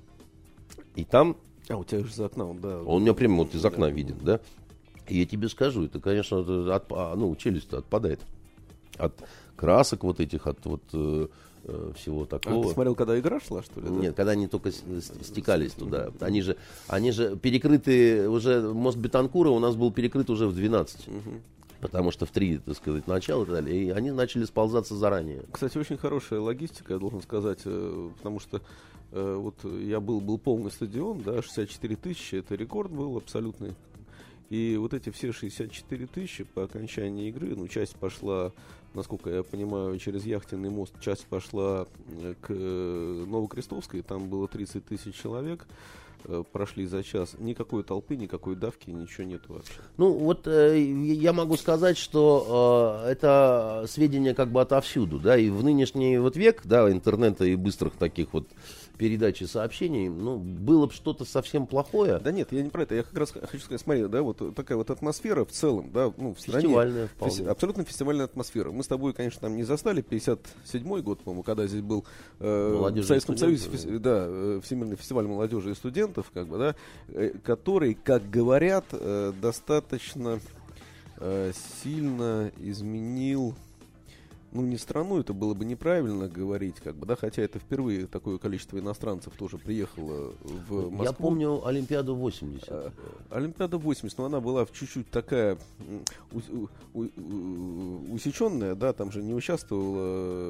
и там, а у тебя же за окна, он, да. он у меня прямо вот из окна виден, да? И я тебе скажу, это, конечно, это от- а, ну, челюсть отпадает от красок вот этих, от вот э, э, всего А такого. ты смотрел, когда игра шла, что ли? да? Нет, когда они только с- с- стекались туда. Они же, они же перекрыты уже, мост Бетанкура у нас был перекрыт уже в двенадцать. Потому что в три, так сказать, начало и так далее. И они начали сползаться заранее. Кстати, очень хорошая логистика, я должен сказать, э, потому что э, вот я был, был полный стадион, да, шестьдесят четыре тысячи, это рекорд был абсолютный. И вот эти все шестьдесят четыре тысячи по окончании игры, ну, часть пошла, насколько я понимаю, через Яхтенный мост, часть пошла э, к э, Новокрестовской, там было тридцать тысяч человек, э, прошли за час. Никакой толпы, никакой давки, ничего нету вообще. Ну, вот э, я могу сказать, что э, это сведения как бы отовсюду, да, и в нынешний вот век, да, интернета и быстрых таких вот передачи сообщений, ну, было бы что-то совсем плохое. Да нет, я не про это. Я как раз хочу сказать, смотри, да, вот такая вот атмосфера в целом, да, ну, в стране. Фестивальная вполне. Феси- абсолютно фестивальная атмосфера. Мы с тобой, конечно, там не застали пятьдесят седьмой год, по-моему, когда здесь был э, в Молодежный Советском студент, Союзе, да. фес- да, э, Всемирный фестиваль молодежи и студентов, как бы, да, э, который, как говорят, э, достаточно э, сильно изменил. Ну, не страну, это было бы неправильно говорить, как бы, да, хотя это впервые такое количество иностранцев тоже приехало в Москву. Я помню Олимпиаду восемьдесят. Э, Олимпиада восемьдесят, но она была в чуть-чуть такая м, у- у- у- усеченная, да, там же не участвовала.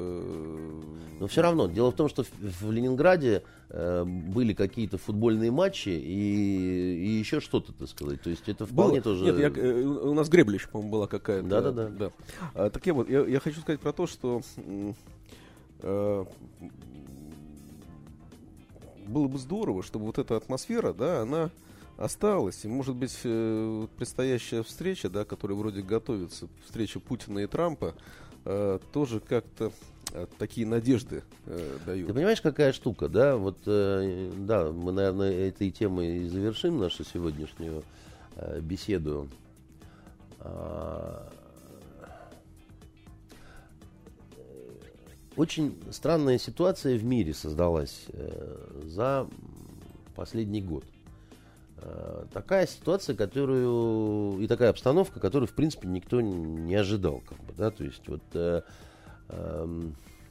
э, Но все равно, дело в том, что в, в Ленинграде э, были какие-то футбольные матчи и, и еще что-то, так сказать. То есть это вполне было. тоже... Нет, я, э, у нас гребля еще, по-моему, была какая-то. Да-да-да. Да. А, так я вот, я, я хочу сказать про то, что м, э, было бы здорово, чтобы вот эта атмосфера, да, она осталась. И, может быть, э, вот предстоящая встреча, да, которая вроде готовится, встреча Путина и Трампа, э, тоже как-то э, такие надежды э, дают. Ты понимаешь, какая штука, да? Вот, э, да, мы, наверное, этой темой и завершим нашу сегодняшнюю э, беседу. А, очень странная ситуация в мире создалась э, за последний год. Э, такая ситуация, которую и такая обстановка, которую, в принципе, никто не ожидал, как бы, да, то есть вот э, э,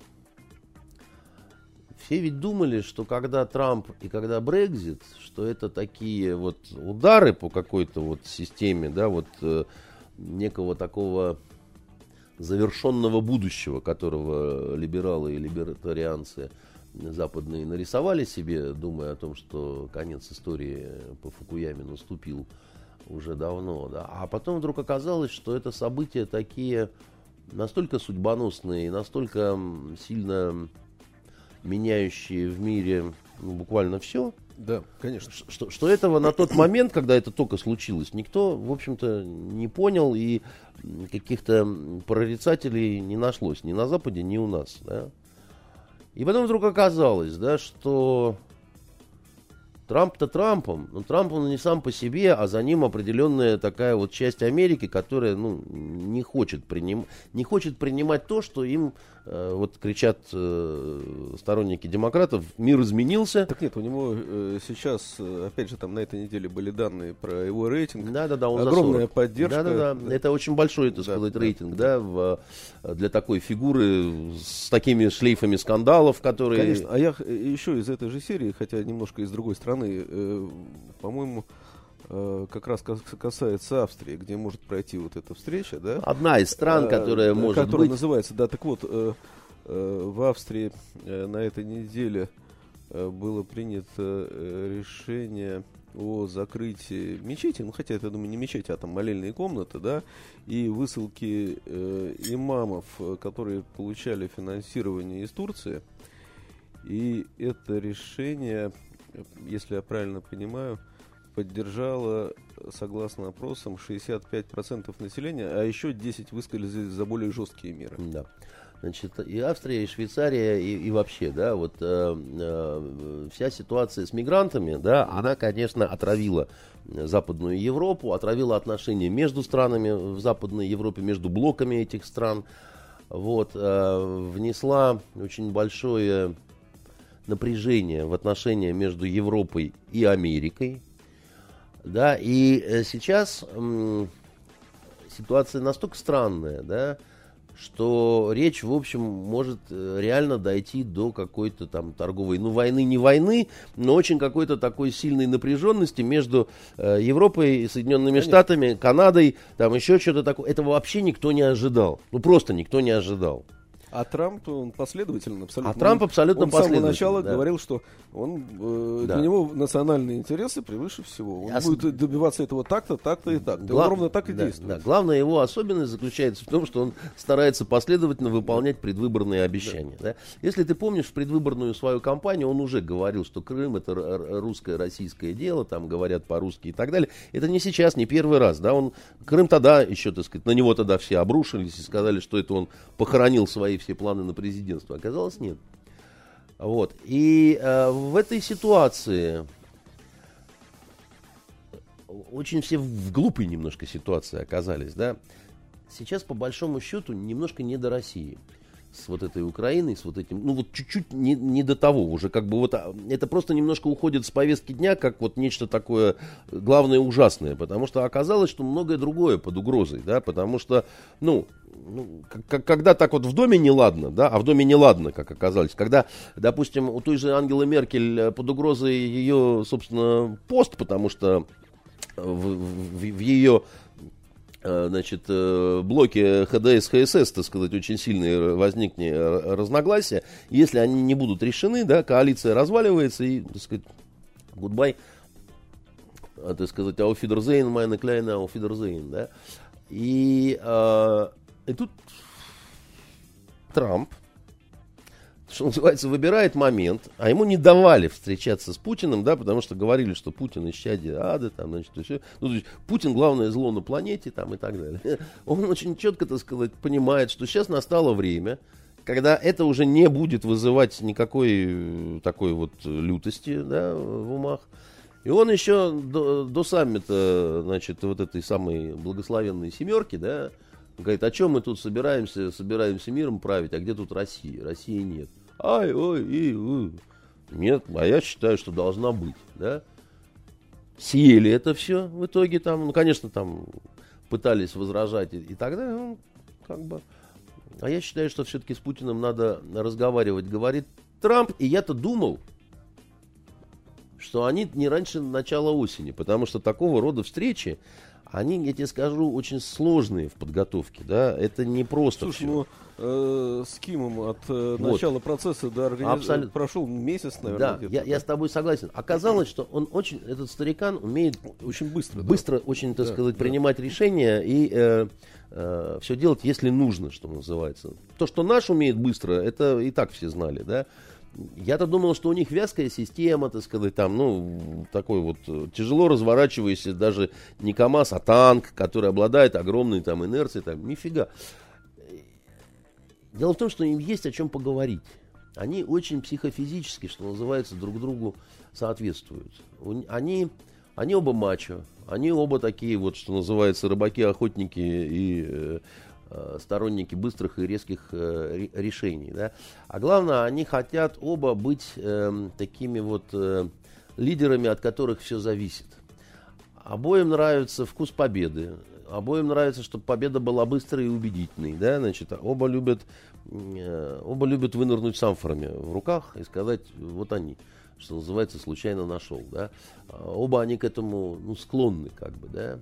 все ведь думали, что когда Трамп и когда Брексит, что это такие вот удары по какой-то вот системе, да, вот э, некого такого завершенного будущего, которого либералы и либертарианцы западные нарисовали себе, думая о том, что конец истории по Фукуяме наступил уже давно. Да? А потом вдруг оказалось, что это события такие настолько судьбоносные, настолько сильно меняющие в мире ну, буквально все. Да, конечно. Что, что этого на тот момент, когда это только случилось, никто, в общем-то, не понял, и каких-то прорицателей не нашлось ни на Западе, ни у нас. Да? И потом вдруг оказалось, да, что Трамп-то Трампом, но Трамп он не сам по себе, а за ним определенная такая вот часть Америки, которая ну, не, хочет приним... не хочет принимать то, что им э, вот кричат э, сторонники демократов, мир изменился. Так нет, у него э, сейчас, опять же, там на этой неделе были данные про его рейтинг. Да-да-да, он огромная за поддержка. Да-да-да, да. это очень большой, так да, сказать, да, рейтинг, да, да, в, для такой фигуры с такими шлейфами скандалов, которые... Конечно, а я еще из этой же серии, хотя немножко из другой страны, э, по-моему, э, как раз касается Австрии, где может пройти вот эта встреча, да? Одна из стран, которая э, может которая быть... называется, да, так вот, э, э, в Австрии э, на этой неделе э, было принято э, решение о закрытии мечети, ну хотя это, я думаю, не мечети, а там молельные комнаты, да, и высылки э, имамов, которые получали финансирование из Турции. И это решение, если я правильно понимаю, поддержало, согласно опросам, шестьдесят пять процентов населения, а еще десять высказались за более жесткие меры. Да. Значит, и Австрия, и Швейцария, и, и вообще, да, вот э, э, вся ситуация с мигрантами, да, она, конечно, отравила Западную Европу, отравила отношения между странами в Западной Европе, между блоками этих стран, вот, э, внесла очень большое напряжение в отношения между Европой и Америкой, да, и э, сейчас э, ситуация настолько странная, да, что речь, в общем, может реально дойти до какой-то там торговой, ну, войны, не войны, но очень какой-то такой сильной напряженности между э, Европой, Соединенными Конечно. Штатами, Канадой, там еще что-то такое. Этого вообще никто не ожидал. Ну, просто никто не ожидал. А Трамп, он последовательно абсолютно. А Трамп абсолютно он последовательно. Он с самого начала да. говорил, что он, э, да. для него национальные интересы превыше всего. Он Я будет с... добиваться этого так-то, так-то и так. Гла... Он ровно так и да, действует. Да. Главная его особенность заключается в том, что он старается последовательно выполнять предвыборные обещания. Да. Да? Если ты помнишь, в предвыборную свою кампанию он уже говорил, что Крым это русское, российское дело, там говорят по-русски и так далее. Это не сейчас, не первый раз. Да? Он... Крым тогда еще, так сказать, на него тогда все обрушились и сказали, что это он похоронил свои все планы на президентство. Оказалось, нет. Вот. И э, в этой ситуации очень все в глупой немножко ситуации оказались, да. Сейчас, по большому счету, немножко не до России. С вот этой Украиной, с вот этим, ну вот чуть-чуть не, не до того уже, как бы вот это просто немножко уходит с повестки дня, как вот нечто такое главное ужасное, потому что оказалось, что многое другое под угрозой, да, потому что, ну, ну как, когда так вот в доме неладно, да, а в доме неладно, как оказалось, когда, допустим, у той же Ангелы Меркель под угрозой ее, собственно, пост, потому что в, в, в ее значит, блоки ха дэ эс, ха эс эс, так сказать, очень сильные возникнет разногласия. Если они не будут решены, да, коалиция разваливается и, так сказать, goodbye, так сказать, auf Wiedersehen, meine Kleine, auf Wiedersehen, да. И, а, и тут Трамп, что называется, выбирает момент, а ему не давали встречаться с Путиным, да, потому что говорили, что Путин исчадие ада, там, значит, все. Ну, то есть Путин главное зло на планете, там, и так далее. Он очень четко, так сказать, понимает, что сейчас настало время, когда это уже не будет вызывать никакой такой вот лютости, да, в умах. И он еще до, до саммита, значит, вот этой самой благословенной семерки, да, говорит, о чем мы тут собираемся, собираемся миром править, а где тут Россия? России нет. Ай, ой, и, ой. Нет, а я считаю, что должна быть, да. Съели это все в итоге там, ну, конечно, там пытались возражать и, и так далее, ну, как бы. А я считаю, что все-таки с Путиным надо разговаривать, говорит Трамп, и я-то думал, что они не раньше начала осени, потому что такого рода встречи, они, я тебе скажу, очень сложные в подготовке, да, это не просто. Слушай, все. ну, э, с Кимом от э, вот. начала процесса до организации прошел месяц, наверное. Да, я, я с тобой согласен. Оказалось, что он очень, этот старикан умеет очень быстро, быстро да. очень, так да, сказать, да. принимать решения и э, э, все делать, если нужно, что называется. То, что наш умеет быстро, это и так все знали, да. Я-то думал, что у них вязкая система, так сказать, там, ну, такой вот тяжело разворачивающийся даже не КАМАЗ, а танк, который обладает огромной там инерцией, там, нифига. Дело в том, что им есть о чем поговорить. Они очень психофизически, что называется, друг другу соответствуют. Они, они оба мачо, они оба такие вот, что называется, рыбаки-охотники и э, э, сторонники быстрых и резких э, решений. Да? А главное, они хотят оба быть э, такими вот э, лидерами, от которых все зависит. Обоим нравится вкус победы. Обоим нравится, чтобы победа была быстрой и убедительной. Да? Значит, оба любят, э, оба любят вынырнуть с амфорами в руках и сказать, вот они, что называется, случайно нашел. Да? Оба они к этому, ну, склонны, как бы, да.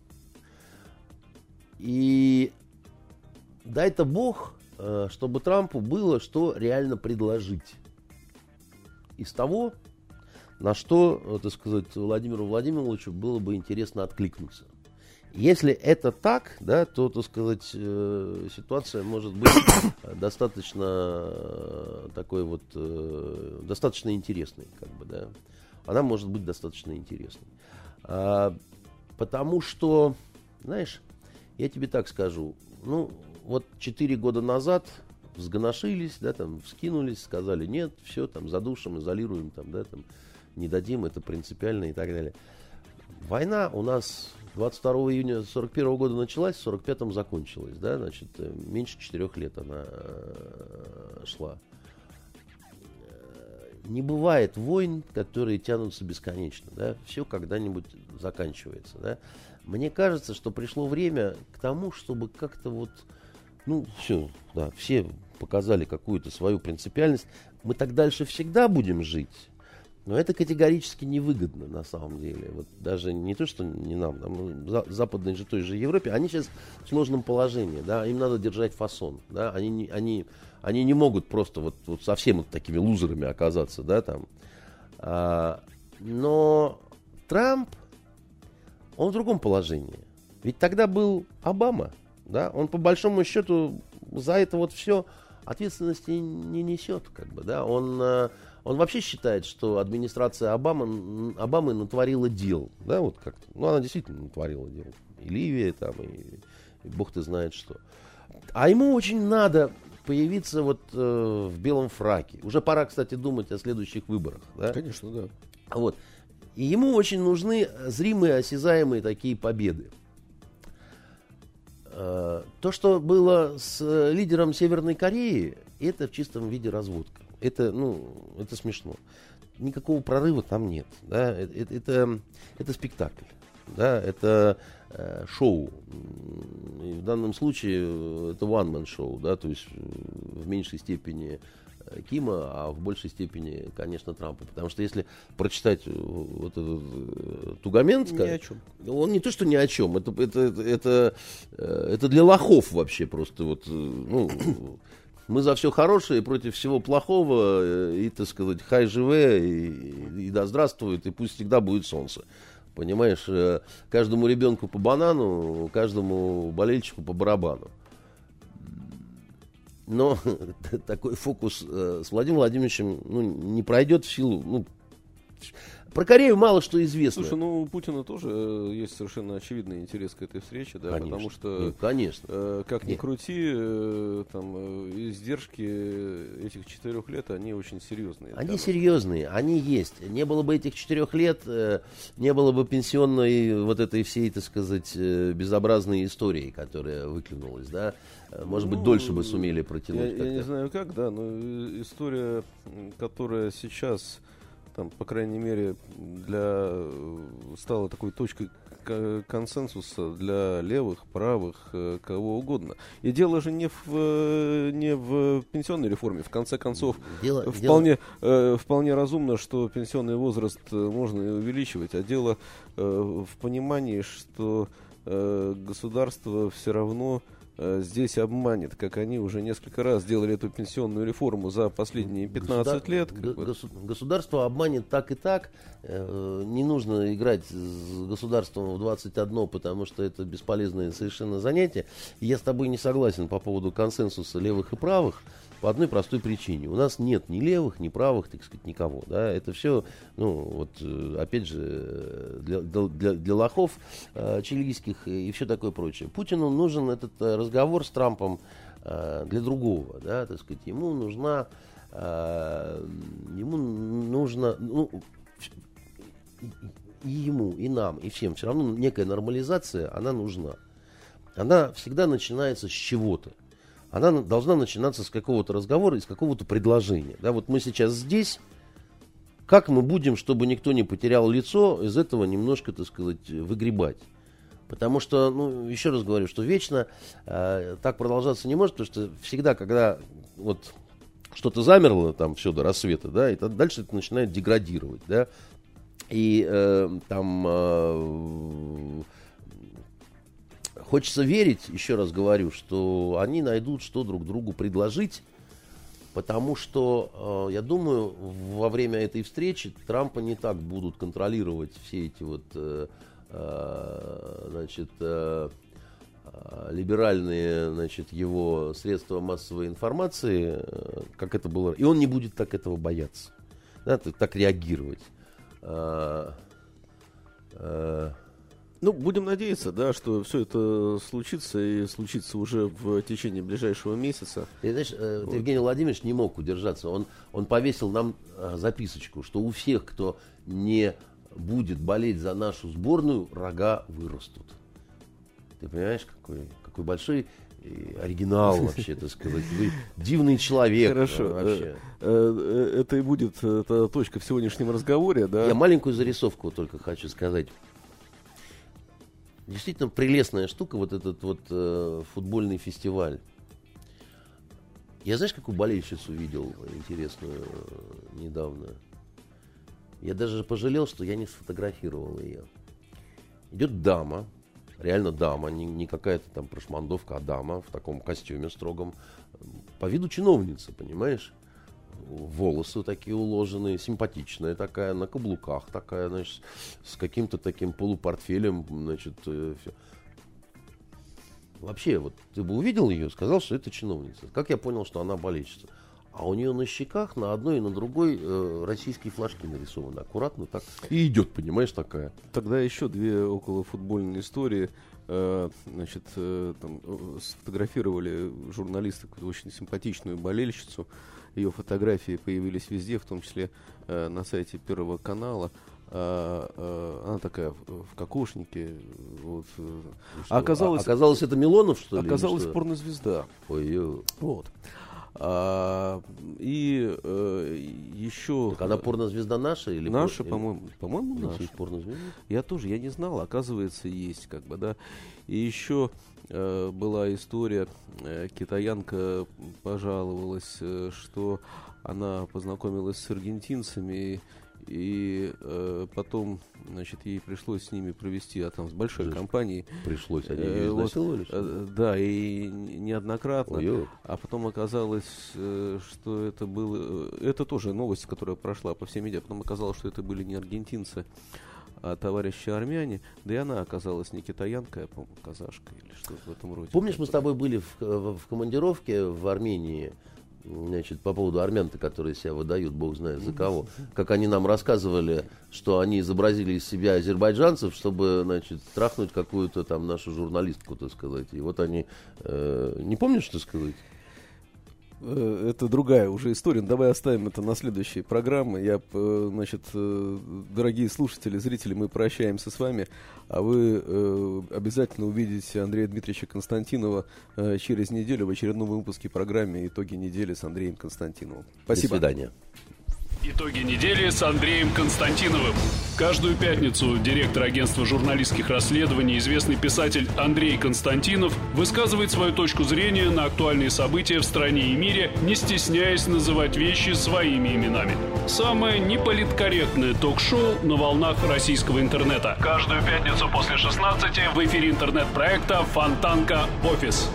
И дай-то Бог, э, чтобы Трампу было что реально предложить из того, на что, так сказать, Владимиру Владимировичу было бы интересно откликнуться. Если это так, да, то, так сказать, э, ситуация может быть достаточно э, такой вот, э, достаточно интересной, как бы, да. Она может быть достаточно интересной. А, потому что, знаешь, я тебе так скажу, ну, вот четыре года назад взгоношились, да, там, вскинулись, сказали, нет, все, там, задушим, изолируем, там, да, там, не дадим, это принципиально и так далее. Война у нас двадцать второго июня сорок первого года началась, в сорок пятом закончилась, да, значит, меньше четырех лет она шла. Не бывает войн, которые тянутся бесконечно, да, все когда-нибудь заканчивается, да. Мне кажется, что пришло время к тому, чтобы как-то вот, ну, все, да, все показали какую-то свою принципиальность, мы так дальше всегда будем жить. Но это категорически невыгодно на самом деле. Вот даже не то, что не нам, там, за, западной же той же Европе, они сейчас в сложном положении, да, им надо держать фасон, да, они, они, они не могут просто вот, вот совсем вот такими лузерами оказаться, да, там. А, но Трамп, он в другом положении. Ведь тогда был Обама, да, он по большому счету за это вот все ответственности не несет, как бы, да, он... Он вообще считает, что администрация Обамы, Обамы натворила дел. Да, вот как-то. Ну, она действительно натворила дел. И Ливия, там, и, и бог ты знает что. А ему очень надо появиться вот э, в белом фраке. Уже пора, кстати, думать о следующих выборах. Да? Конечно, да. Вот. И ему очень нужны зримые, осязаемые такие победы. Э, то, что было с лидером Северной Кореи, это в чистом виде разводка. Это, ну, это смешно. Никакого прорыва там нет. Да? Это, это, это спектакль. Да? Это э, шоу. И в данном случае это one-man шоу. Да? То есть в меньшей степени Кима, а в большей степени, конечно, Трампа. Потому что если прочитать вот этот Тугамент, ни о чем. Он не то, что ни о чем. Это, это, это, это для лохов вообще просто. Вот, ну, мы за все хорошее против всего плохого, и, так сказать, хай живе, и, и да здравствует, и пусть всегда будет солнце. Понимаешь, каждому ребенку по банану, каждому болельщику по барабану. Но такой фокус с Владимиром Владимировичем, ну, не пройдет в силу... Ну, про Корею мало что известно. Слушай, ну у Путина тоже есть совершенно очевидный интерес к этой встрече, да, конечно. Потому что, Нет, конечно. Э, как ни крути, э, там э, издержки этих четырех лет, они очень серьезные. Они серьезные, они есть. Не было бы этих четырех лет, э, не было бы пенсионной вот этой всей, так сказать, э, безобразной истории, которая выклюнулась, да. Может быть, ну, дольше бы сумели протянуть. Я, я не знаю как, да, но история, которая сейчас... Там, по крайней мере, для, стала такой точкой консенсуса для левых, правых, кого угодно. И дело же не в, не в пенсионной реформе. В конце концов, дело, вполне, дело... э, вполне разумно, что пенсионный возраст можно увеличивать. А дело э, в понимании, что э, государство все равно здесь обманет, как они уже несколько раз делали эту пенсионную реформу за последние пятнадцать Государ... лет. Госу... Государство обманет так и так. Не нужно играть с государством в двадцать одно, потому что это бесполезное совершенно занятие. И я с тобой не согласен по поводу консенсуса левых и правых, по одной простой причине. У нас нет ни левых, ни правых, так сказать, никого. Да? Это все, ну, вот, опять же, для, для, для лохов э, чилийских и все такое прочее. Путину нужен этот разговор с Трампом э, для другого. Да? Так сказать, ему нужна, э, ему нужно, ну, и ему, и нам, и всем все равно некая нормализация, она нужна. Она всегда начинается с чего-то. Она должна начинаться с какого-то разговора, из какого-то предложения. Да, вот мы сейчас здесь, как мы будем, чтобы никто не потерял лицо, из этого немножко, так сказать, выгребать. Потому что, ну, еще раз говорю, что вечно э, так продолжаться не может, потому что всегда, когда вот что-то замерло, там, все до рассвета, да, и дальше это начинает деградировать, да. И э, там э, хочется верить, еще раз говорю, что они найдут, что друг другу предложить, потому что, э, я думаю, во время этой встречи Трампа не так будут контролировать все эти вот, э, э, значит, э, либеральные, значит, его средства массовой информации, э, как это было, и он не будет так этого бояться, да, так, так реагировать. А, а... Ну, будем надеяться, да, что все это случится и случится уже в течение ближайшего месяца. И, знаешь, вот. Евгений Владимирович не мог удержаться. Он, он повесил нам записочку, что у всех, кто не будет болеть за нашу сборную, рога вырастут. Ты понимаешь, какой, какой большой оригинал вообще, так сказать. Вы дивный человек. Хорошо. Вообще. Это и будет эта точка в сегодняшнем разговоре, да? Я маленькую зарисовку только хочу сказать. Действительно прелестная штука, вот этот вот э, футбольный фестиваль. Я, знаешь, какую болельщицу видел интересную э, недавно? Я даже пожалел, что я не сфотографировал ее. Идет дама. Реально дама, не, не какая-то там прошмандовка, а дама в таком костюме строгом. По виду чиновница, понимаешь? Волосы такие уложенные, симпатичная такая, на каблуках такая, значит, с каким-то таким полупортфелем, значит, э, все. Вообще, вот ты бы увидел ее, сказал, что это чиновница. Как я понял, что она болельщица? А у нее на щеках на одной и на другой э, российские флажки нарисованы. Аккуратно так. И идет, понимаешь, такая. Тогда еще две околофутбольные истории. Э, значит, э, там, сфотографировали журналисты очень симпатичную болельщицу. Ее фотографии появились везде, в том числе э, на сайте Первого канала. А, а, она такая в, в кокошнике. Вот. А оказалось, а, оказалось, это Милонов, что ли? Оказалось, порнозвезда. Ой-ой. Вот. А, и э, еще... Так она порнозвезда наша? Или наша, пор... по-моему. По-моему, наша. Есть порнозвезда? Я тоже, я не знал, оказывается, есть, как бы, да. И еще э, была история, э, китаянка пожаловалась, э, что она познакомилась с аргентинцами, и э, потом, значит, ей пришлось с ними провести, а там с большой Слушай, компанией. Пришлось, они э, ее изнасиловали? вот, э, да, и неоднократно. Ой-ой. А потом оказалось, э, что это было... Это тоже новость, которая прошла по всем медиа. Потом оказалось, что это были не аргентинцы, а товарищи армяне. Да и она оказалась не китаянка, а, по-моему, казашка или что-то в этом роде. Помнишь, мы с тобой были в, в, в командировке в Армении, значит, по поводу армян-то, которые себя выдают, бог знает за кого. Как они нам рассказывали, что они изобразили из себя азербайджанцев, чтобы, значит, трахнуть какую-то там нашу журналистку, так сказать. И вот они... Э, не помнишь, что сказать? Это другая уже история. Давай оставим это на следующей программе. Я, значит, дорогие слушатели, зрители, мы прощаемся с вами, а вы э, обязательно увидите Андрея Дмитриевича Константинова э, через неделю в очередном выпуске программы «Итоги недели» с Андреем Константиновым. Спасибо. До свидания. Итоги недели с Андреем Константиновым. Каждую пятницу директор агентства журналистских расследований, известный писатель Андрей Константинов, высказывает свою точку зрения на актуальные события в стране и мире, не стесняясь называть вещи своими именами. Самое неполиткорректное ток-шоу на волнах российского интернета. Каждую пятницу после шестнадцати в эфире интернет-проекта «Фонтанка. Офис».